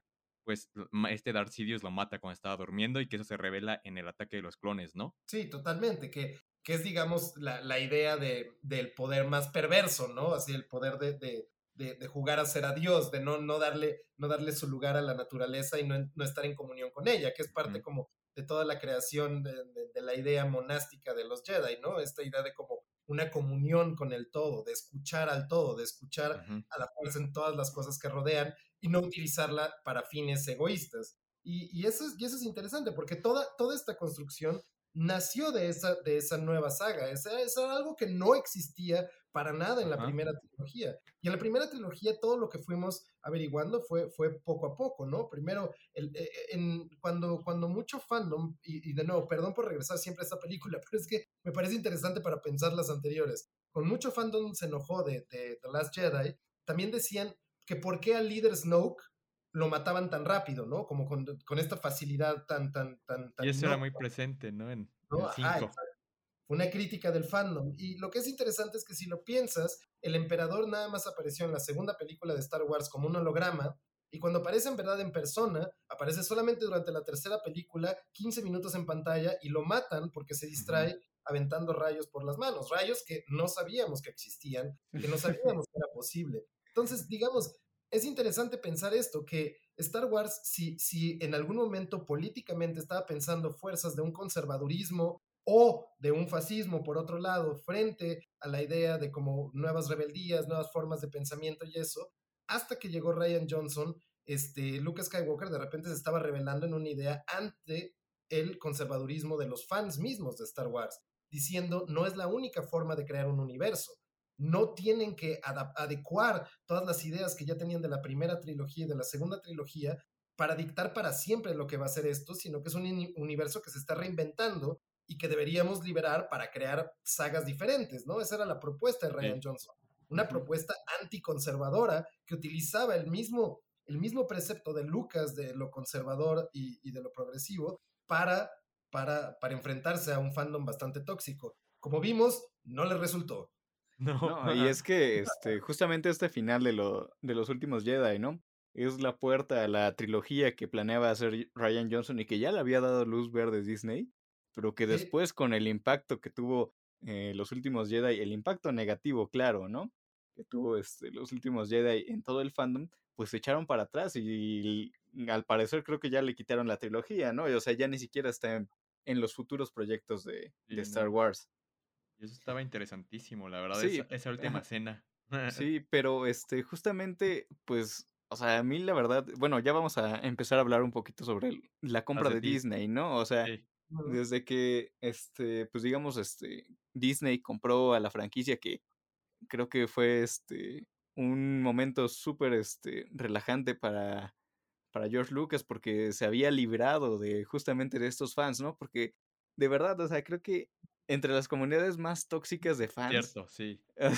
pues l- ma- este Darth Sidious lo mata cuando estaba durmiendo y que eso se revela en el ataque de los clones, ¿no? Sí, totalmente, que, que es, digamos, la, la idea de, del poder más perverso, ¿no? Así el poder de, de, de, de jugar a ser a Dios, de no, no, darle, no darle su lugar a la naturaleza y no, en- no estar en comunión con ella, que es parte Ujú, como de toda la creación de, de- de la idea monástica de los Jedi, ¿no? Esta idea de como una comunión con el todo, de escuchar al todo, de escuchar ujú, a la fuerza en todas las cosas que rodean y no utilizarla para fines egoístas. Y, y, eso, es, y eso es interesante porque toda, toda esta construcción nació de esa, de esa nueva saga. Esa, eso era algo que no existía para nada en la ajá, primera trilogía. Y en la primera trilogía todo lo que fuimos averiguando fue, fue poco a poco, ¿no? Primero, el, eh, en, cuando, cuando mucho fandom, y, y de nuevo, perdón por regresar siempre a esta película, pero es que me parece interesante para pensar las anteriores. Con mucho fandom se enojó de, de The Last Jedi, también decían que por qué al líder Snoke lo mataban tan rápido, ¿no? Como con, con esta facilidad tan, tan, tan, y tan eso era muy inocua, presente, ¿no? En, en ¿no? el Ajá, cinco. exacto. Una crítica del fandom. Y lo que es interesante es que si lo piensas, el emperador nada más apareció en la segunda película de Star Wars como un holograma, y cuando aparece en verdad en persona, aparece solamente durante la tercera película, quince minutos en pantalla, y lo matan porque se Ujú, distrae aventando rayos por las manos, rayos que no sabíamos que existían, que no sabíamos que era posible. Entonces, digamos, es interesante pensar esto, que Star Wars, si, si en algún momento políticamente estaba pensando fuerzas de un conservadurismo o de un fascismo, por otro lado, frente a la idea de como nuevas rebeldías, nuevas formas de pensamiento y eso, hasta que llegó Ryan Johnson, este, Luke Skywalker de repente se estaba revelando en una idea ante el conservadurismo de los fans mismos de Star Wars, diciendo no es la única forma de crear un universo. No tienen que adecuar todas las ideas que ya tenían de la primera trilogía y de la segunda trilogía para dictar para siempre lo que va a ser esto, sino que es un universo que se está reinventando y que deberíamos liberar para crear sagas diferentes, ¿no? Esa era la propuesta de Ryan sí. Johnson, una Ujú. propuesta anticonservadora que utilizaba el mismo, el mismo precepto de Lucas de lo conservador y, y de lo progresivo para, para, para enfrentarse a un fandom bastante tóxico. Como vimos, no le resultó. No. No, y es que este, justamente este final de, lo, de los últimos Jedi, ¿no? Es la puerta a la trilogía que planeaba hacer Ryan Johnson y que ya le había dado luz verde Disney, pero que Sí, después con el impacto que tuvo eh, los últimos Jedi, el impacto negativo, claro, ¿no? Que tuvo este, los últimos Jedi en todo el fandom, pues se echaron para atrás y, y al parecer creo que ya le quitaron la trilogía, ¿no? Y, o sea, ya ni siquiera está en, en los futuros proyectos de, de Sí, Star no. Wars. Y eso estaba interesantísimo, la verdad, esa, Sí, esa última ajá. cena. Sí, pero este, justamente, pues, o sea, a mí la verdad, bueno, ya vamos a empezar a hablar un poquito sobre el- la Las compra de de Disney. Disney, ¿no? O sea, Sí, ujú, desde que, este, pues digamos, este, Disney compró a la franquicia, que creo que fue, este, un momento súper, este, relajante para, para George Lucas, porque se había librado de justamente de estos fans, ¿no? Porque, de verdad, o sea, creo que entre las comunidades más tóxicas de fans, cierto, sí.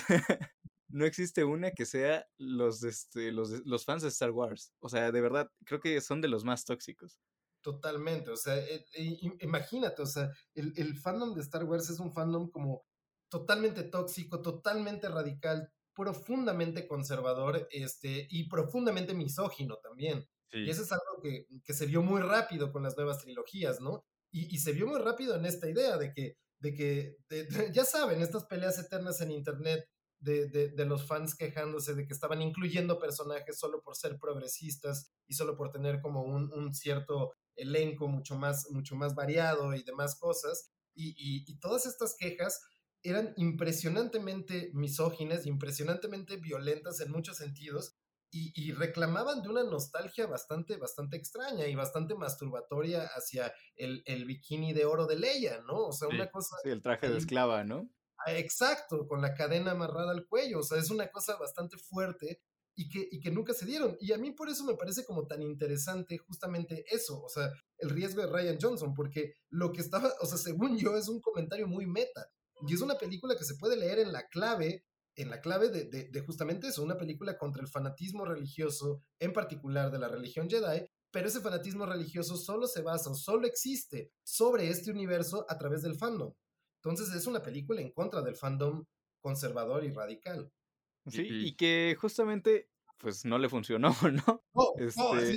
no existe una que sea los, este, los, de- los fans de Star Wars. O sea, de verdad, creo que son de los más tóxicos. totalmente, o sea, eh, eh, im- imagínate, o sea, el, el fandom de Star Wars es un fandom como totalmente tóxico, totalmente radical, profundamente conservador, este, y profundamente misógino también. Y Sí, eso es algo que, que se vio muy rápido con las nuevas trilogías, ¿no? Y, y se vio muy rápido en esta idea de que, de que de- de- ya saben, estas peleas eternas en internet de, de, de los fans quejándose de que estaban incluyendo personajes solo por ser progresistas y solo por tener como un, un cierto elenco mucho más, mucho más variado y demás cosas. Y, y, y todas estas quejas eran impresionantemente misóginas, impresionantemente violentas en muchos sentidos y, y, reclamaban de una nostalgia bastante, bastante extraña y bastante masturbatoria hacia el, el bikini de oro de Leia, ¿no? O sea, una sí. cosa Sí, el traje de ahí esclava, ¿no? exacto, con la cadena amarrada al cuello, o sea, es una cosa bastante fuerte y que, y que nunca se dieron. Y a mí por eso me parece como tan interesante justamente eso, o sea, el riesgo de Ryan Johnson, porque lo que estaba, o sea, según yo, es un comentario muy meta. Y es una película que se puede leer en la clave, en la clave de, de, de justamente eso, una película contra el fanatismo religioso, en particular de la religión Jedi, pero ese fanatismo religioso solo se basa o solo existe sobre este universo a través del fandom. Entonces es una película en contra del fandom conservador y radical. Y, Sí, y y que justamente, pues no le funcionó, ¿no? Oh, oh, sí, Este,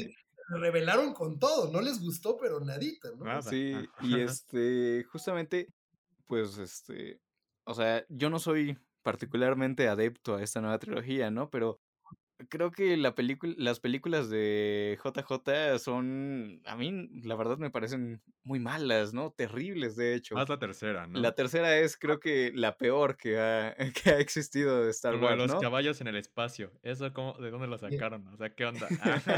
revelaron con todo, no les gustó, pero nadita, ¿no? Nada. Sí, Ajá. y este, justamente, pues, este, o sea, yo no soy particularmente adepto a esta nueva trilogía, ¿no? Pero creo que la película, las películas de J J son, a mí, la verdad me parecen muy malas, ¿no? Terribles, de hecho. Más la tercera, La ¿no? tercera es, creo que, la peor que ha, que ha existido de Star Con lo de Wars, los ¿no? caballos en el espacio. ¿Eso cómo, de dónde lo Bien. sacaron? O sea, ¿qué onda?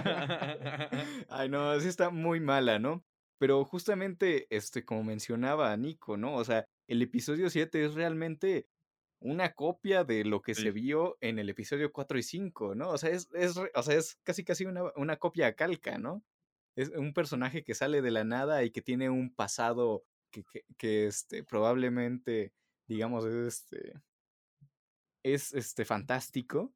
Ay, no, sí está muy mala, ¿no? Pero justamente, este, como mencionaba Nico, ¿no? O sea, el episodio siete es realmente una copia de lo que se Sí, vio en el episodio cuatro y cinco, ¿no? O sea, es, es, re- o sea, es casi casi una, una copia a calca, ¿no? Es un personaje que sale de la nada y que tiene un pasado que, que, que, este, probablemente, digamos, es, este, es este, fantástico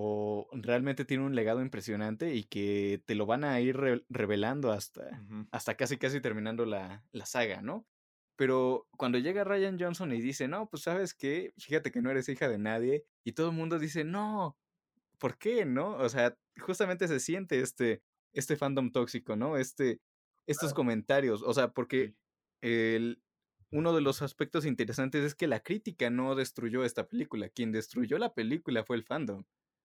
o realmente tiene un legado impresionante y que te lo van a ir re- revelando hasta, ujú, hasta casi casi terminando la, la saga, ¿no? Pero cuando llega Ryan Johnson y dice, no, pues sabes qué, fíjate que no eres hija de nadie, y todo el mundo dice, no, ¿por qué, no? O sea, justamente se siente este, este fandom tóxico, ¿no? Este, estos comentarios, o sea, porque sí. el, uno de los aspectos interesantes es que la crítica no destruyó esta película, quien destruyó la película fue el fandom.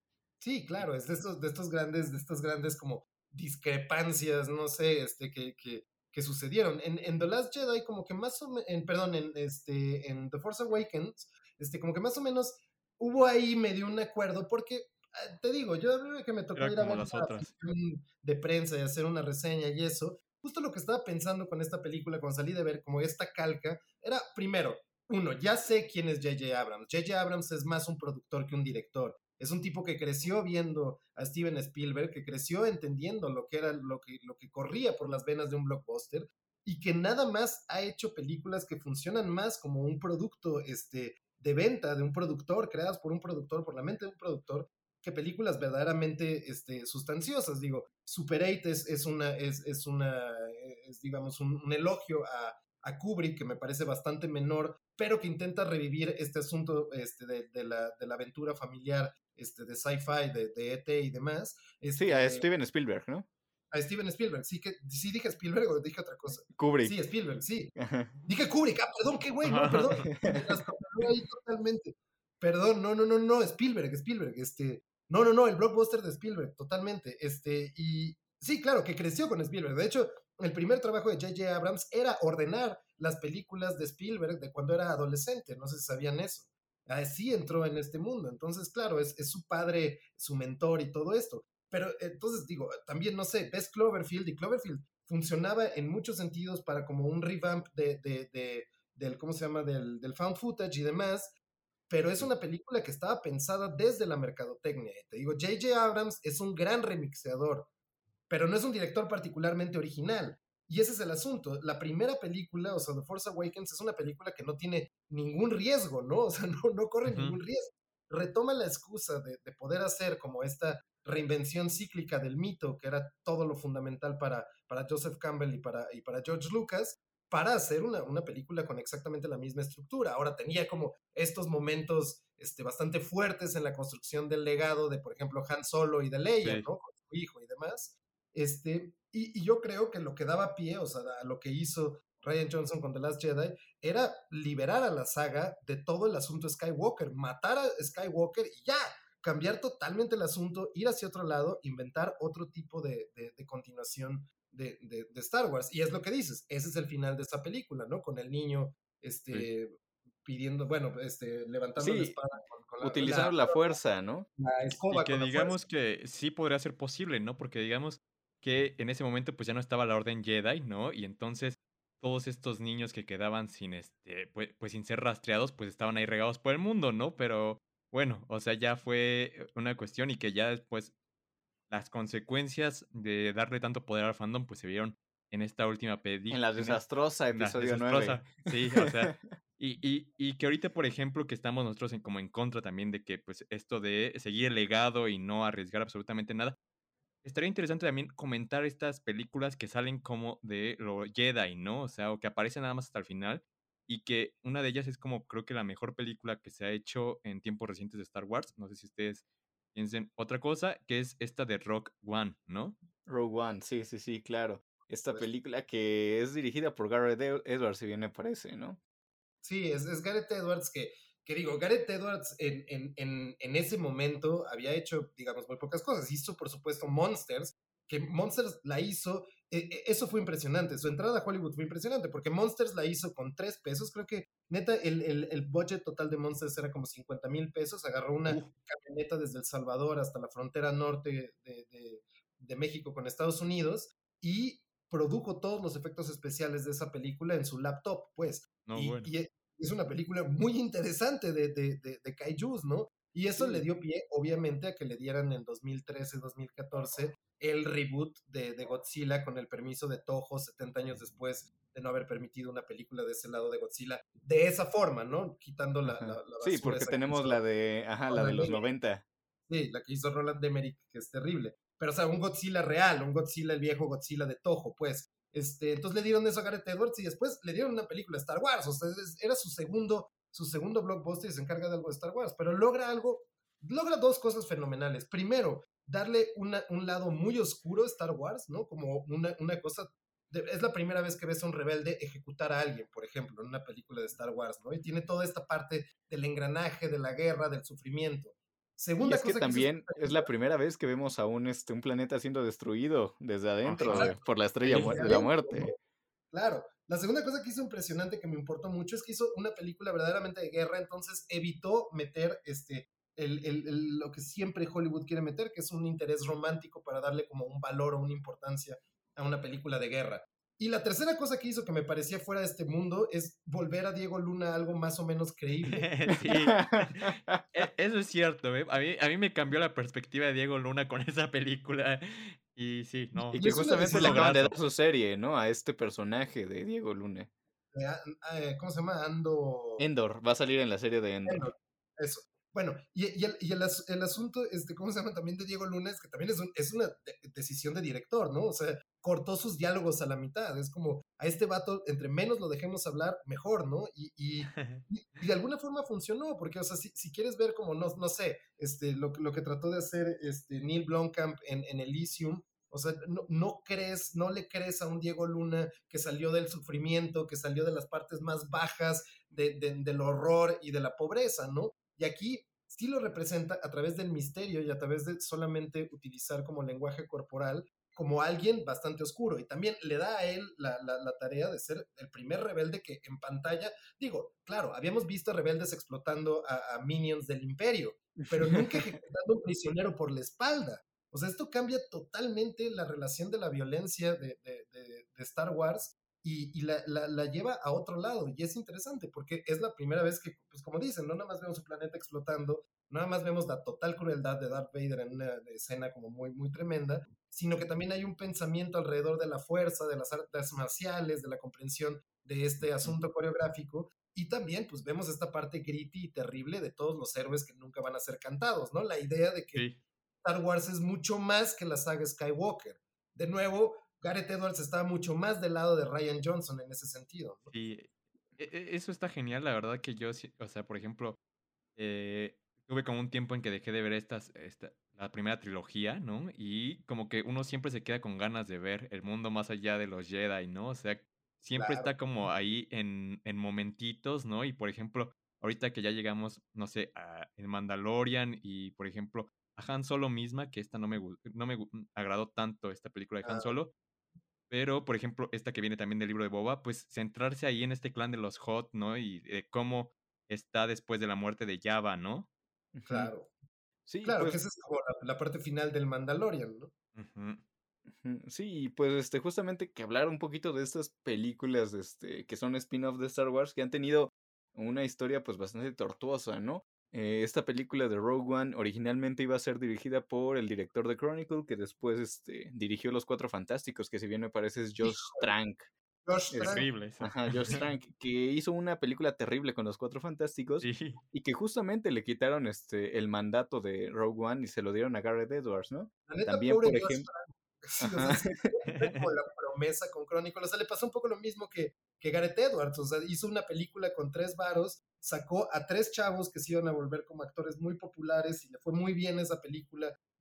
Sí, claro, es de estos, de estos grandes, de estas grandes como discrepancias, no sé, este, que, que, que sucedieron. En, en The Last Jedi, como que más o menos, en, perdón, en, este, en The Force Awakens, este, como que más o menos hubo ahí medio un acuerdo, porque, ah, te digo, yo a mí que me tocó Era ir a como ver las la otras. función de prensa y hacer una reseña y eso, justo lo que estaba pensando con esta película, cuando salí de ver como esta calca, era, primero, uno, ya sé quién es J J. Abrams. J J. Abrams es más un productor que un director. Es un tipo que creció viendo a Steven Spielberg, que creció entendiendo lo que era lo que, lo que corría por las venas de un blockbuster y que nada más ha hecho películas que funcionan más como un producto este, de venta de un productor, creadas por un productor, por la mente de un productor, que películas verdaderamente este, sustanciosas. Digo, Super ocho es, es una, es, es una, es, digamos, un, un elogio a, a Kubrick, que me parece bastante menor, pero que intenta revivir este asunto este, de, de, la, de la aventura familiar este, de sci-fi, de, de E T y demás, Sí, a este, Steven Spielberg, ¿no? a Steven Spielberg. Sí, que, sí dije Spielberg o dije otra cosa. Sí, Kubrick. Spielberg, sí. Ajá. Dije Kubrick, ah, perdón, qué güey, no, perdón. Me las papelé ahí totalmente. Perdón, no, no, no, no, Spielberg, Spielberg, este. No, no, no, el blockbuster de Spielberg, totalmente. Este, y sí, claro, que creció con Spielberg. De hecho, el primer trabajo de J J. Abrams era ordenar las películas de Spielberg de cuando era adolescente. No sé si sabían eso. Así entró en este mundo. Entonces, claro, es, es su padre, su mentor y todo esto. Pero entonces digo, también no sé, ves Cloverfield y Cloverfield funcionaba en muchos sentidos para como un revamp de, de, de del, ¿cómo se llama? Del, del found footage y demás, pero es Sí. una película que estaba pensada desde la mercadotecnia. Te digo, J J. Abrams es un gran remixeador, pero no es un director particularmente original. Y ese es el asunto. La primera película, o sea, The Force Awakens, es una película que no tiene ningún riesgo, ¿no? O sea, no, no corre Ujú, ningún riesgo. Retoma la excusa de, de poder hacer como esta reinvención cíclica del mito, que era todo lo fundamental para, para Joseph Campbell y para, y para George Lucas, para hacer una, una película con exactamente la misma estructura. Ahora tenía como estos momentos este, bastante fuertes en la construcción del legado de, por ejemplo, Han Solo y de Leia, sí, ¿no? Con su hijo y demás. Este, y, y yo creo que lo que daba pie, o sea, a lo que hizo Ryan Johnson con The Last Jedi, era liberar a la saga de todo el asunto Skywalker, matar a Skywalker y ya, cambiar totalmente el asunto, ir hacia otro lado, inventar otro tipo de, de, de continuación de, de, de, Star Wars. Y es lo que dices, ese es el final de esta película, ¿no? Con el niño sí. este, pidiendo, bueno, este, levantando la Sí, espada con, con la, la, utilizando la fuerza, ¿no? la Y escoba que con la fuerza. digamos que sí podría ser posible, ¿no? Porque digamos que en ese momento pues ya no estaba la Orden Jedi, ¿no? Y entonces todos estos niños que quedaban sin este, pues, pues sin ser rastreados, pues estaban ahí regados por el mundo, ¿no? Pero bueno, o sea, ya fue una cuestión y que ya después las consecuencias de darle tanto poder al fandom pues se vieron en esta última En película, la en es- desastrosa en la episodio nueve. desastrosa, sí, o sea, y, y, y que ahorita, por ejemplo, que estamos nosotros en, como en contra también de que pues esto de seguir el legado y no arriesgar absolutamente nada, estaría interesante también comentar estas películas que salen como de lo Jedi, ¿no? O sea, o que aparecen nada más hasta el final y que una de ellas es como creo que la mejor película que se ha hecho en tiempos recientes de Star Wars, no sé si ustedes piensen otra cosa, que es esta de Rock One, ¿no? Rogue One, sí, sí, sí, claro. Esta Pues, película que es dirigida por Gareth Ed- Edwards, si bien me parece, ¿no? sí, es, es Gareth Edwards que, que digo, Gareth Edwards en, en, en, en ese momento había hecho, digamos, muy pocas cosas. Hizo, por supuesto, Monsters, que Monsters la hizo, eh, eh, eso fue impresionante, su entrada a Hollywood fue impresionante, porque Monsters la hizo con tres pesos, creo que neta el, el, el budget total de Monsters era como cincuenta mil pesos, agarró una Uh, camioneta desde El Salvador hasta la frontera norte de, de, de México con Estados Unidos y produjo todos los efectos especiales de esa película en su laptop, pues, no, y, bueno. y es una película muy interesante de, de, de, de kaijus, ¿no? Y eso le Sí. dio pie, obviamente, a que le dieran en dos mil trece, dos mil catorce el reboot de, de Godzilla con el permiso de Toho setenta años después de no haber permitido una película de ese lado de Godzilla de esa forma, ¿no? Quitando la, la, Ajá. la Sí, basura porque esa que tenemos hizo la de, ajá, la de Roland los Emmerich. noventa. Sí, la que hizo Roland Emmerich, que es terrible. Pero, o sea, un Godzilla real, un Godzilla, el viejo Godzilla de Toho, pues. Este, entonces le dieron eso a Gareth Edwards y después le dieron una película Star Wars. O sea, era su segundo, su segundo blockbuster y se encarga de algo de Star Wars. Pero logra algo, logra dos cosas fenomenales. Primero, darle una, un lado muy oscuro a Star Wars, ¿no? Como una, una cosa. De, es la primera vez que ves a un rebelde ejecutar a alguien, por ejemplo, en una película de Star Wars, ¿no? Y tiene toda esta parte del engranaje, de la guerra, del sufrimiento. Y Segunda es que cosa que hizo esta también es película, la primera vez que vemos a un, este, un planeta siendo destruido desde adentro de- exacto, por la estrella Sí. mu- desde de la adentro, ¿no? muerte. Claro. La segunda cosa que hizo impresionante, que me importó mucho, es que hizo una película verdaderamente de guerra, entonces evitó meter este, el, el, el, lo que siempre Hollywood quiere meter, que es un interés romántico para darle como un valor o una importancia a una película de guerra. Y la tercera cosa que hizo que me parecía fuera de este mundo es volver a Diego Luna a algo más o menos creíble. Sí, e- eso es cierto, ¿eh? A mí, a mí me cambió la perspectiva de Diego Luna con esa película. Y sí, Y, Y no, y que es una justamente un le decisión acaban de lograzo. dar su serie, ¿no? A este personaje de Diego Luna. de, eh, ¿cómo se llama? Ando... Endor, va a salir en la serie de Endor. Endor, eso. Bueno, y, y, el, y el, el, asunto, este, ¿cómo se llama? También de Diego Luna, es que también es, un, es una de decisión de director, ¿no? O sea, cortó sus diálogos a la mitad. Es como, a este vato, entre menos lo dejemos hablar, mejor, ¿no? Y, y, y de alguna forma funcionó, porque, o sea, si, si quieres ver como, no, no sé, este, lo, lo que trató de hacer este, Neil Blomkamp en, en Elysium, o sea, no, no crees, no le crees a un Diego Luna que salió del sufrimiento, que salió de las partes más bajas de, de, del horror y de la pobreza, ¿no? Y aquí sí lo representa a través del misterio y a través de solamente utilizar como lenguaje corporal como alguien bastante oscuro. Y también le da a él la, la, la tarea de ser el primer rebelde que en pantalla, digo, claro, habíamos visto rebeldes explotando a, a minions del imperio, pero nunca ejecutando un prisionero por la espalda. O sea, esto cambia totalmente la relación de la violencia de, de, de, de Star Wars y, y la, la, la, lleva a otro lado. Y es interesante porque es la primera vez que, pues como dicen, no nada más vemos su planeta explotando, no nada más vemos la total crueldad de Darth Vader en una escena como muy, muy tremenda, sino que también hay un pensamiento alrededor de la fuerza, de las artes marciales, de la comprensión de este asunto coreográfico. Y también, pues vemos esta parte gritty y terrible de todos los héroes que nunca van a ser cantados, ¿no? La idea de que Sí. Star Wars es mucho más que la saga Skywalker. De nuevo, Gareth Edwards estaba mucho más del lado de Rian Johnson en ese sentido, ¿no? Sí, e- e- eso está genial, la verdad que yo, sí- o sea, por ejemplo, eh, tuve como un tiempo en que dejé de ver estas, esta, la primera trilogía, ¿no? Y como que uno siempre se queda con ganas de ver el mundo más allá de los Jedi, ¿no? O sea, siempre Claro. está como ahí en, en momentitos, ¿no? Y por ejemplo, ahorita que ya llegamos, no sé, a el Mandalorian y por ejemplo, a Han Solo misma, que esta no me, gu- no me gu- agradó tanto esta película de Han Ah, Solo, pero, por ejemplo, esta que viene también del libro de Boba, pues centrarse ahí en este clan de los Hot, ¿no? Y de cómo está después de la muerte de Jabba, ¿no? Ujú. claro. Sí, Claro, que pues esa es como la, la parte final del Mandalorian, ¿no? Ujú. ujú, sí, pues este, justamente que hablar un poquito de estas películas este, que son spin-off de Star Wars que han tenido una historia pues bastante tortuosa, ¿no? Eh, esta película de Rogue One originalmente iba a ser dirigida por el director de Chronicle, que después este, dirigió Los Cuatro Fantásticos, que si bien me parece es Josh Híjole, Trank. Josh Es, Trank. Terrible esa. ajá, Josh Trank, que hizo una película terrible con Los Cuatro Fantásticos Sí, y que justamente le quitaron este, el mandato de Rogue One y se lo dieron a Gareth Edwards, ¿no? La neta, También, pobre por Josh ejemplo, Trank. Sí, o sea, ajá. sí, fue como la promesa con Chronicle. O sea, le pasó un poco lo mismo que, que Gareth Edwards. O sea, hizo una película con tres varos, sacó a tres chavos que se iban a volver como actores muy populares y le fue muy bien esa película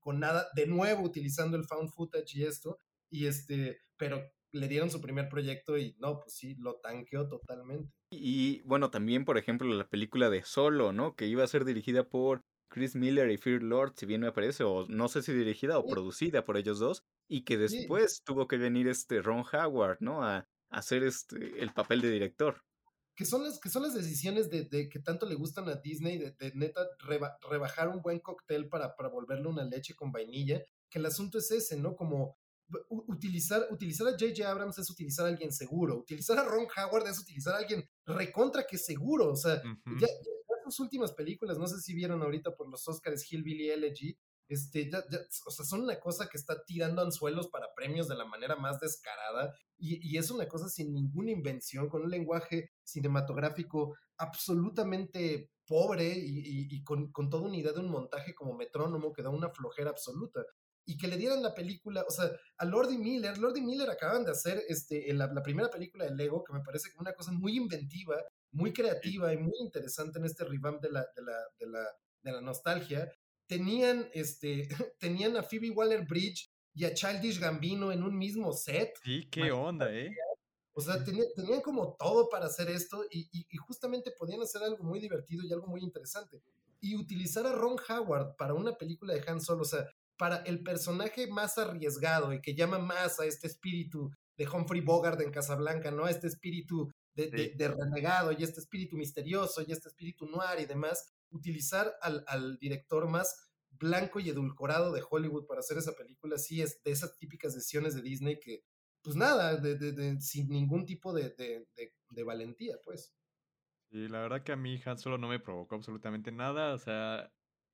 con nada, de nuevo utilizando el found footage y esto, y este, pero le dieron su primer proyecto y no, pues sí, lo tanqueó totalmente. Y bueno, también, por ejemplo, la película de Solo, ¿no? Que iba a ser dirigida por Chris Miller y Fear Lord, si bien me parece, o no sé si dirigida o Sí, producida por ellos dos, y que sí, después tuvo que venir este Ron Howard, ¿no? A, a hacer este el papel de director. que son las, que son las decisiones de, de que tanto le gustan a Disney, de, de neta reba, rebajar un buen cóctel para, para volverle una leche con vainilla, que el asunto es ese, ¿no? Como utilizar, utilizar a J J. Abrams es utilizar a alguien seguro, utilizar a Ron Howard es utilizar a alguien recontra que seguro, o sea, Ujú. ya, ya sus últimas películas, no sé si vieron ahorita por los Oscars Hillbilly Elegy, este, ya, ya, o sea, son una cosa que está tirando anzuelos para premios de la manera más descarada y, y es una cosa sin ninguna invención, con un lenguaje cinematográfico absolutamente pobre y, y, y con, con, toda una idea de un montaje como metrónomo que da una flojera absoluta. Y que le dieran la película, o sea, a Lord y Miller, Lord y Miller acaban de hacer este, la, la primera película de Lego, que me parece como una cosa muy inventiva, muy Sí, creativa y muy interesante en este revamp de la, de la, de la, de la nostalgia. Tenían, este, tenían a Phoebe Waller-Bridge y a Childish Gambino en un mismo set. sí, qué onda, ¿eh? O sea, tenían, tenían como todo para hacer esto y, y, y justamente podían hacer algo muy divertido y algo muy interesante. Y utilizar a Ron Howard para una película de Han Solo, o sea, para el personaje más arriesgado y que llama más a este espíritu de Humphrey Bogart en Casablanca, ¿no? A este espíritu de, de, Sí. de renegado y este espíritu misterioso y este espíritu noir y demás, utilizar al, al director más blanco y edulcorado de Hollywood para hacer esa película, sí es de esas típicas decisiones de Disney que, pues nada, de, de, de, sin ningún tipo de, de, de, valentía, pues. Sí, la verdad que a mi Han Solo no me provocó absolutamente nada, o sea,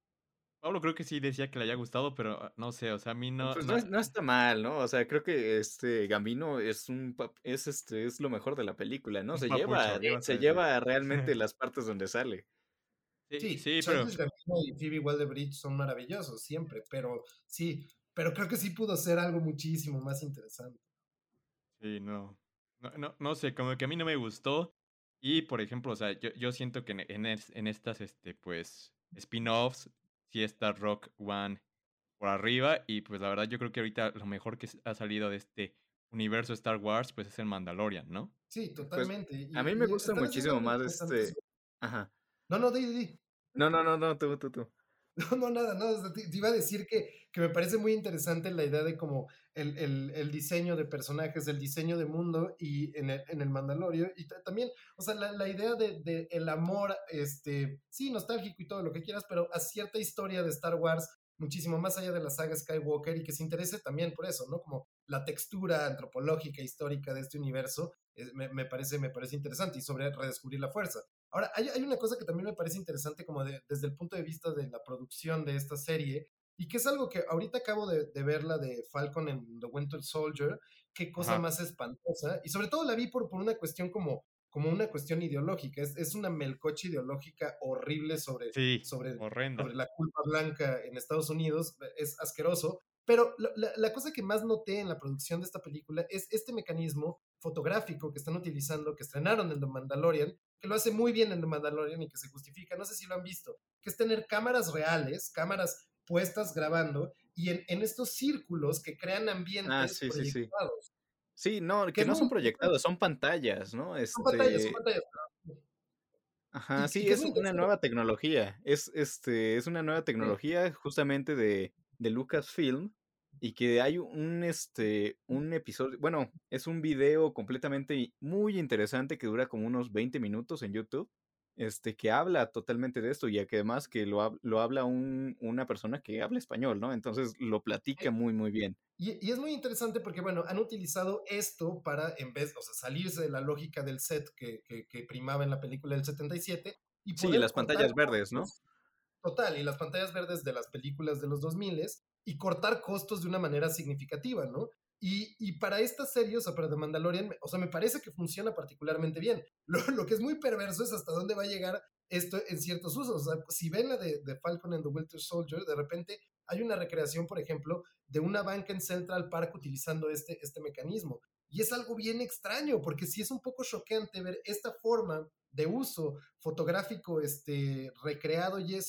Pablo creo que sí decía que le había gustado, pero ah, no sé, o sea, a mí no, Pues no, no, es- no está mal, ¿no? O sea, creo que este Gambino es un pap- es este es lo mejor de la película, ¿no? un Se lleva, papucho, ¿qué vas a se decir? lleva realmente las partes donde sale. Sí, Sí, sí, pero Childish Gambino y Phoebe Waller-Bridge son maravillosos siempre, pero sí, pero creo que sí pudo ser algo muchísimo más interesante. sí, no, no, no, no sé, como que a mí no me gustó y, por ejemplo, o sea, yo, yo siento que en, en, es- en estas, este, pues, spin-offs, sí está Rock One por arriba y, pues, la verdad yo creo que ahorita lo mejor que s- ha salido de este universo Star Wars, pues, es el Mandalorian, ¿no? Sí, Pues totalmente. a mí Y, me y gusta están haciendo muchísimo algo más interesante. este, ajá. No, no, di, di. No, no, no, no, tú, tú, tú. No, no, nada, no, te, te iba a decir que, que, me parece muy interesante la idea de como el, el, el diseño de personajes, el diseño de mundo y en el, en el Mandalorio y también, o sea, la, la idea de, de, el amor, este, sí, nostálgico y todo lo que quieras, pero a cierta historia de Star Wars muchísimo más allá de la saga Skywalker y que se interese también por eso, ¿no? Como la textura antropológica, histórica de este universo, eh, me, me, parece, me parece interesante y sobre redescubrir la fuerza. Ahora, hay, hay, una cosa que también me parece interesante como de, desde el punto de vista de la producción de esta serie, y que es algo que ahorita acabo de, de ver la de Falcon en The Winter Soldier, qué cosa Ajá. más espantosa, y sobre todo la vi por, por una cuestión como, como una cuestión ideológica, es, es una melcocha ideológica horrible sobre, Sí, sobre, sobre horrenda. la culpa blanca en Estados Unidos, es asqueroso, pero la, la, la, cosa que más noté en la producción de esta película es este mecanismo fotográfico que están utilizando, que estrenaron en The Mandalorian, que lo hace muy bien en The Mandalorian y que se justifica, no sé si lo han visto, que es tener cámaras reales, cámaras puestas grabando y en, en estos círculos que crean Ah, ambientes sí, sí, sí. proyectados. Sí, no, Que que es no muy son interesante. proyectados, son pantallas, ¿no? Son pantallas, son Este, pantallas. ajá, Y, y sí, que es es muy una interesante. nueva tecnología. Es, este, es una nueva Sí. tecnología justamente de, de Lucasfilm y que hay un, este, un episodio, bueno, es un video completamente i- muy interesante que dura como unos veinte minutos en YouTube, este, que habla totalmente de esto y que además que lo, hab- lo habla un, una persona que habla español, ¿no? Entonces lo platica muy, muy bien. Y, y, es muy interesante porque, bueno, han utilizado esto para, en vez, o sea, salirse de la lógica del set que, que, que primaba en la película del setenta y siete y Sí, poder las cortar pantallas verdes, ¿no? costos. Total, y las pantallas verdes de las películas de los dos mil y cortar costos de una manera significativa, ¿no? Y, y para esta serie, o sea, para The Mandalorian, o sea, me parece que funciona particularmente bien. Lo, lo que es muy perverso es hasta dónde va a llegar esto en ciertos usos. O sea, si ven la de, de Falcon and the Winter Soldier, de repente hay una recreación, por ejemplo, de una banca en Central Park utilizando este, este mecanismo. Y es algo bien extraño, porque sí es un poco choqueante ver esta forma de uso fotográfico este, recreado y eso,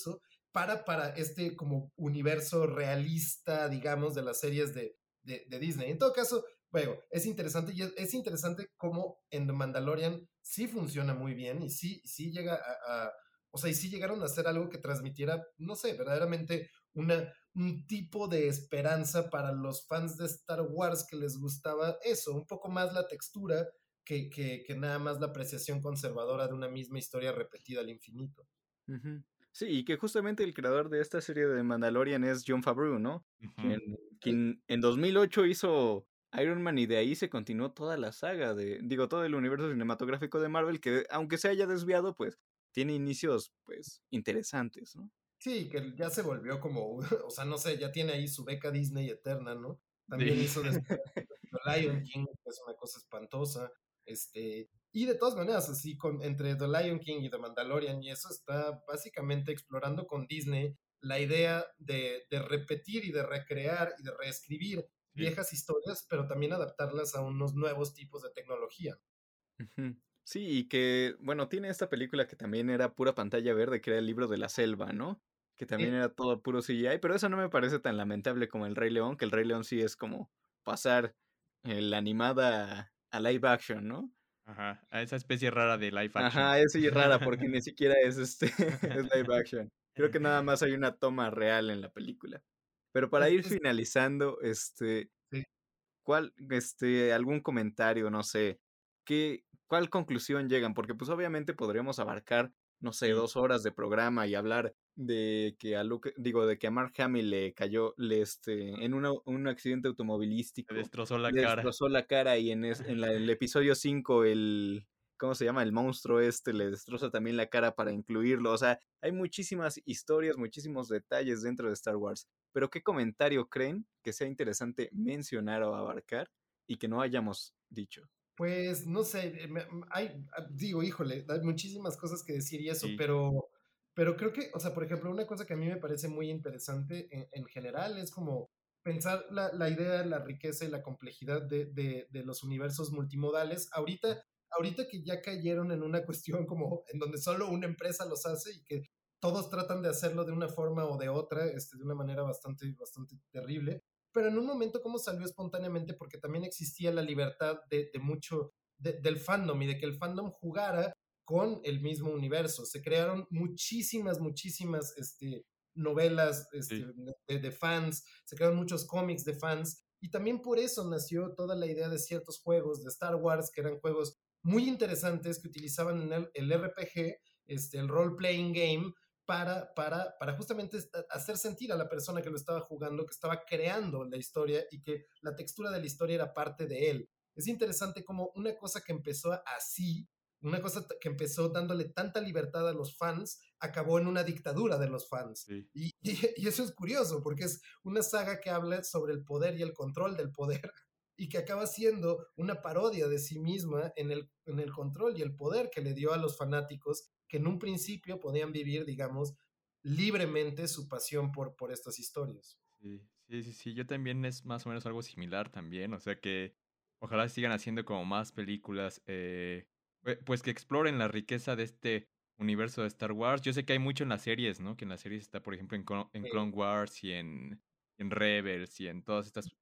para, para este como universo realista, digamos, de las series de, de, de Disney. En todo caso, bueno, es interesante y es, es interesante cómo en The Mandalorian sí funciona muy bien y sí, sí llega a, a, o sea, y sí llegaron a hacer algo que transmitiera, no sé, verdaderamente una, un tipo de esperanza para los fans de Star Wars que les gustaba eso, un poco más la textura que, que, que nada más la apreciación conservadora de una misma historia repetida al infinito. Ujú. Sí, y que justamente el creador de esta serie de Mandalorian es Jon Favreau, ¿no? Quien, Ujú. Sí, quien en dos mil ocho hizo Iron Man y de ahí se continuó toda la saga de, digo, todo el universo cinematográfico de Marvel que aunque se haya desviado, pues tiene inicios, pues, interesantes, ¿no? sí, que ya se volvió como, o sea, no sé, ya tiene ahí su beca Disney eterna, ¿no? También Sí. hizo después The Lion King, que es una cosa espantosa, este, y de todas maneras, así, con, entre The Lion King y The Mandalorian, y eso está básicamente explorando con Disney la idea de, de repetir y de recrear y de reescribir Sí. viejas historias, pero también adaptarlas a unos nuevos tipos de tecnología. Ujú. Sí, y que, bueno, tiene esta película que también era pura pantalla verde, que era el libro de la selva, ¿no? Que también Sí, era todo puro C G I, pero eso no me parece tan lamentable como el Rey León, que el Rey León sí es como pasar eh, la animada a live action, ¿no? Ajá, a esa especie rara de live action. Ajá, es sí rara porque ni siquiera es este es live action. Creo que nada más hay una toma real en la película. Pero para es, ir es- finalizando, este, sí, ¿cuál, este, algún comentario, no sé, qué, cuál conclusión llegan? Porque pues obviamente podríamos abarcar, no sé, Sí, dos horas de programa y hablar de que a Luke, digo, de que a Mark Hamill le cayó, le, este, en una- un accidente te automovilístico, destrozó la le cara. destrozó la cara y en, es- en la- el episodio cinco el, ¿cómo se llama? El monstruo este le destroza también la cara para incluirlo. O sea, hay muchísimas historias, muchísimos detalles dentro de Star Wars. Pero ¿qué comentario creen que sea interesante mencionar o abarcar y que no hayamos dicho? Pues no sé, eh, me- m- hay, ah, digo, híjole, hay muchísimas cosas que decir y eso, Sí, pero, pero creo que, o sea, por ejemplo, una cosa que a mí me parece muy interesante en, en general es como pensar la, la idea, la riqueza y la complejidad de, de, de los universos multimodales. Ahorita, ahorita que ya cayeron en una cuestión como en donde solo una empresa los hace y que todos tratan de hacerlo de una forma o de otra, este, de una manera bastante, bastante terrible, pero en un momento como salió espontáneamente porque también existía la libertad de, de mucho de, del fandom y de que el fandom jugara con el mismo universo. Se crearon muchísimas, muchísimas este, novelas este, sí, de, de, fans, se crearon muchos cómics de fans y también por eso nació toda la idea de ciertos juegos de Star Wars que eran juegos muy interesantes que utilizaban el, el R P G, este, el role playing game, para, para, para justamente hacer sentir a la persona que lo estaba jugando, que estaba creando la historia y que la textura de la historia era parte de él. Es interesante como una cosa que empezó así, una cosa que empezó dándole tanta libertad a los fans, acabó en una dictadura de los fans. sí, Y, y, y eso es curioso, porque es una saga que habla sobre el poder y el control del poder, y que acaba siendo una parodia de sí misma en el, en el control y el poder que le dio a los fanáticos que en un principio podían vivir, digamos, libremente su pasión por, por estas historias. sí, sí, sí, sí, yo también es más o menos algo similar también, o sea que ojalá sigan haciendo como más películas, eh, pue- pues que exploren la riqueza de este universo de Star Wars. Yo sé que hay mucho en las series, ¿no? Que en las series está, por ejemplo, en, Clo- en Eh, Clone Wars y en, en Rebels y en todas estas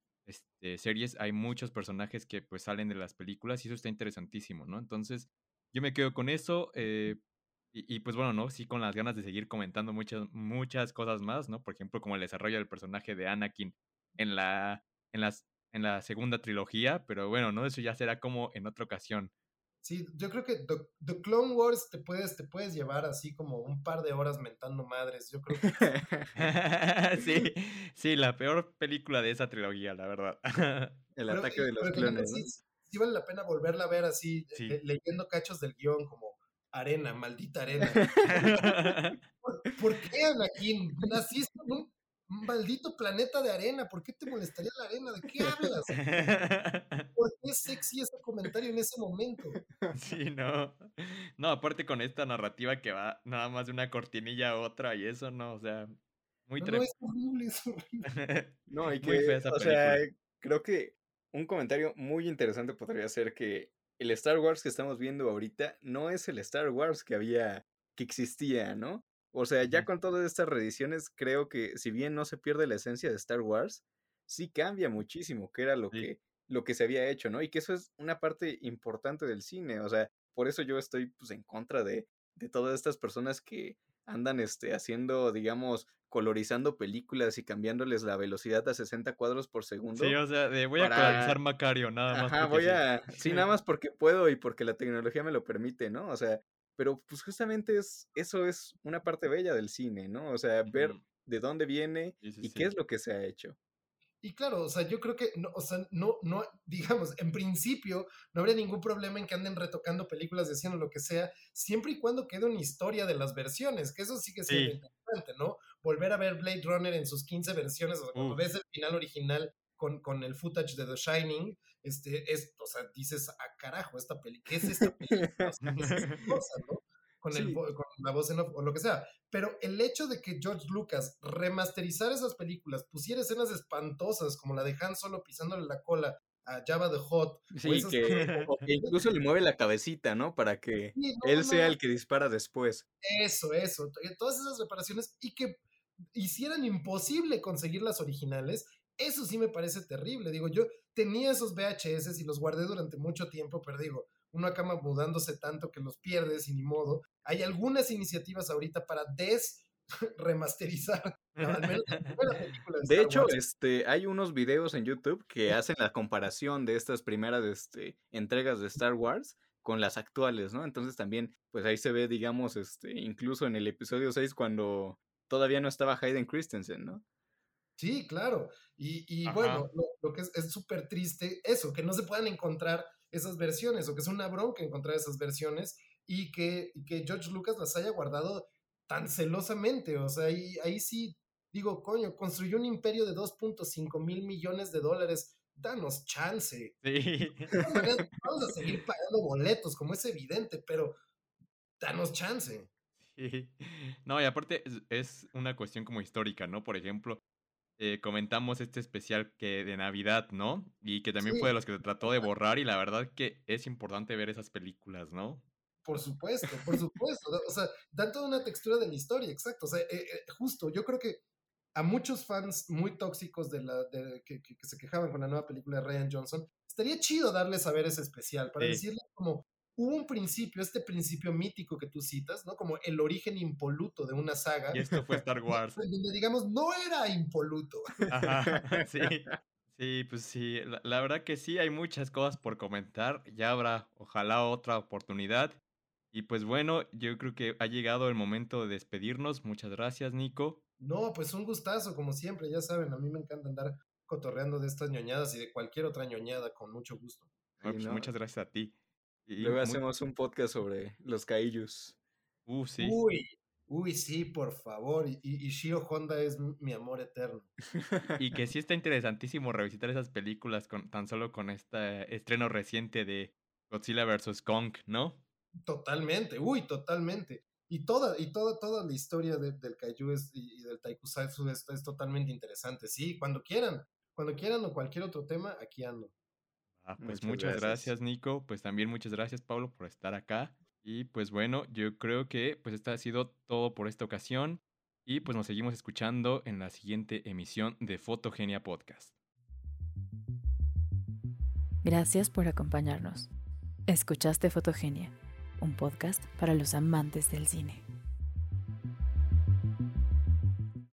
este, series hay muchos personajes que pues salen de las películas y eso está interesantísimo, ¿no? Entonces, yo me quedo con eso eh, y, y, pues bueno, ¿no? Sí, con las ganas de seguir comentando muchas, muchas cosas más, ¿no? Por ejemplo, como el desarrollo del personaje de Anakin en la, en las, en la segunda trilogía, pero bueno, ¿no? Eso ya será como en otra ocasión. sí, yo creo que The, The, Clone Wars te puedes, te puedes llevar así como un par de horas mentando madres. Yo creo que Sí, sí, la peor película de esa trilogía, la verdad. El pero, ataque de los pero que la neta clones, sí, ¿no? sí vale la pena volverla a ver así, Sí. le, leyendo cachos del guión como arena, maldita arena. ¿Por, ¿por qué, Anakin? Naciste en un maldito planeta de arena. ¿Por qué te molestaría la arena? ¿De qué hablas? ¿Por qué es sexy ese comentario en ese momento? Sí, no. No, aparte con esta narrativa que va nada más de una cortinilla a otra y eso, no, o sea, muy No, no, tre... es horrible, es horrible. No, y Muy que, fea esa o sea, película. creo que un comentario muy interesante podría ser que el Star Wars que estamos viendo ahorita no es el Star Wars que había, que existía, ¿no? O sea, ya Ujú. con todas estas reediciones, creo que si bien no se pierde la esencia de Star Wars, sí cambia muchísimo, que era lo Sí. que, lo que se había hecho, ¿no? Y que eso es una parte importante del cine. O sea, por eso yo estoy pues en contra de, de todas estas personas que andan este, haciendo, digamos, colorizando películas y cambiándoles la velocidad a sesenta cuadros por Sí, segundo o sea, de voy a colorizar para Macario, nada más ajá, porque voy sí. a sí, nada más porque puedo y porque la tecnología me lo permite, ¿no? O sea, pero, pues, justamente es eso es una parte bella del cine, ¿no? O sea, ver Ujú. de dónde viene Sí, sí, y qué sí. es lo que se ha hecho. Y claro, o sea, yo creo que, no, o sea, no, no, digamos, en principio no habría ningún problema en que anden retocando películas, diciendo lo que sea, siempre y cuando quede una historia de las versiones, que eso sigue siendo Sí. interesante, ¿no? Volver a ver Blade Runner en sus quince versiones, o sea, cuando Uf. ves el final original con, con el footage de The Shining, este, es, o sea, dices, ah, carajo, esta peli, ¿qué es esta película? O sea, ¿qué es esta cosa, no? Con, el, Sí, vo- con la voz en off o lo que sea. Pero el hecho de que George Lucas remasterizara esas películas, pusiera escenas espantosas como la de Han Solo pisándole la cola a Jabba the Hutt, o sí, esas que cosas o o que incluso le mueve la cabecita, ¿no? Para que sí, no, él no, sea no, el que dispara después. eso, eso, to- todas esas reparaciones y que hicieran imposible conseguir las originales, eso sí me parece terrible. Digo, yo tenía esos V H S y los guardé durante mucho tiempo, pero digo, uno acaba mudándose tanto que los pierdes y ni modo. Hay algunas iniciativas ahorita para des remasterizar al menos la primera película de De Star hecho, Wars. este, hay unos videos en YouTube que hacen la comparación de estas primeras, este, entregas de Star Wars con las actuales, ¿no? Entonces también, pues ahí se ve, digamos, este, incluso en el episodio seis cuando todavía no estaba Hayden Christensen, ¿no? Sí, claro. Y, y bueno, Ajá. lo, lo que es súper triste, eso, que no se puedan encontrar esas versiones, o que es una bronca encontrar esas versiones y que, y que George Lucas las haya guardado tan celosamente. O sea, ahí, ahí sí, digo, coño, construyó un imperio de dos punto cinco mil millones de dólares. Danos chance. De Sí. todas maneras, vamos a seguir pagando boletos, como es evidente, pero danos chance. Sí. No, y aparte es es una cuestión como histórica, ¿no? Por ejemplo, eh, comentamos este especial que de Navidad, ¿no? Y que también fue de Sí, los que trató de borrar, y la verdad que es importante ver esas películas, ¿no? por supuesto, por supuesto. O sea, dan toda una textura de la historia, exacto. O sea, eh, eh, justo, yo creo que a muchos fans muy tóxicos de la, de, que, que, que, se quejaban con la nueva película de Ryan Johnson, estaría chido darles a ver ese especial para Sí. decirles como hubo un principio, este principio mítico que tú citas, ¿no? Como el origen impoluto de una Y saga, esto fue Star Wars. donde digamos no era impoluto. Ajá, sí. Sí, pues sí, la la verdad que sí, hay muchas cosas por comentar, ya habrá, ojalá, otra oportunidad. Y pues bueno, yo creo que ha llegado el momento de despedirnos. Muchas gracias, Nico. No, pues un gustazo, como siempre, ya saben, a mí me encanta andar cotorreando de estas ñoñadas y de cualquier otra ñoñada con mucho gusto. No, Sí, pues ¿no? muchas gracias a ti. Y Luego muy hacemos un podcast sobre los kaijus. uh, sí. Uy, uy, sí, por favor. Y, y Shio Honda es m- mi amor eterno. Y que sí está interesantísimo revisitar esas películas con tan solo con este estreno reciente de Godzilla versus Kong, ¿no? Totalmente, uy, totalmente. Y toda, y toda, toda la historia de- del Kaiju es- y, y del Taikusatsu es, es totalmente interesante. Sí, cuando quieran, cuando quieran o cualquier otro tema, aquí ando. Ah, pues Muchas muchas gracias. gracias, Nico. Pues también muchas gracias, Pablo, por estar acá. Y pues bueno, yo creo que pues esto ha sido todo por esta ocasión. Y pues nos seguimos escuchando en la siguiente emisión de Fotogenia Podcast. Gracias por acompañarnos. Escuchaste Fotogenia, un podcast para los amantes del cine.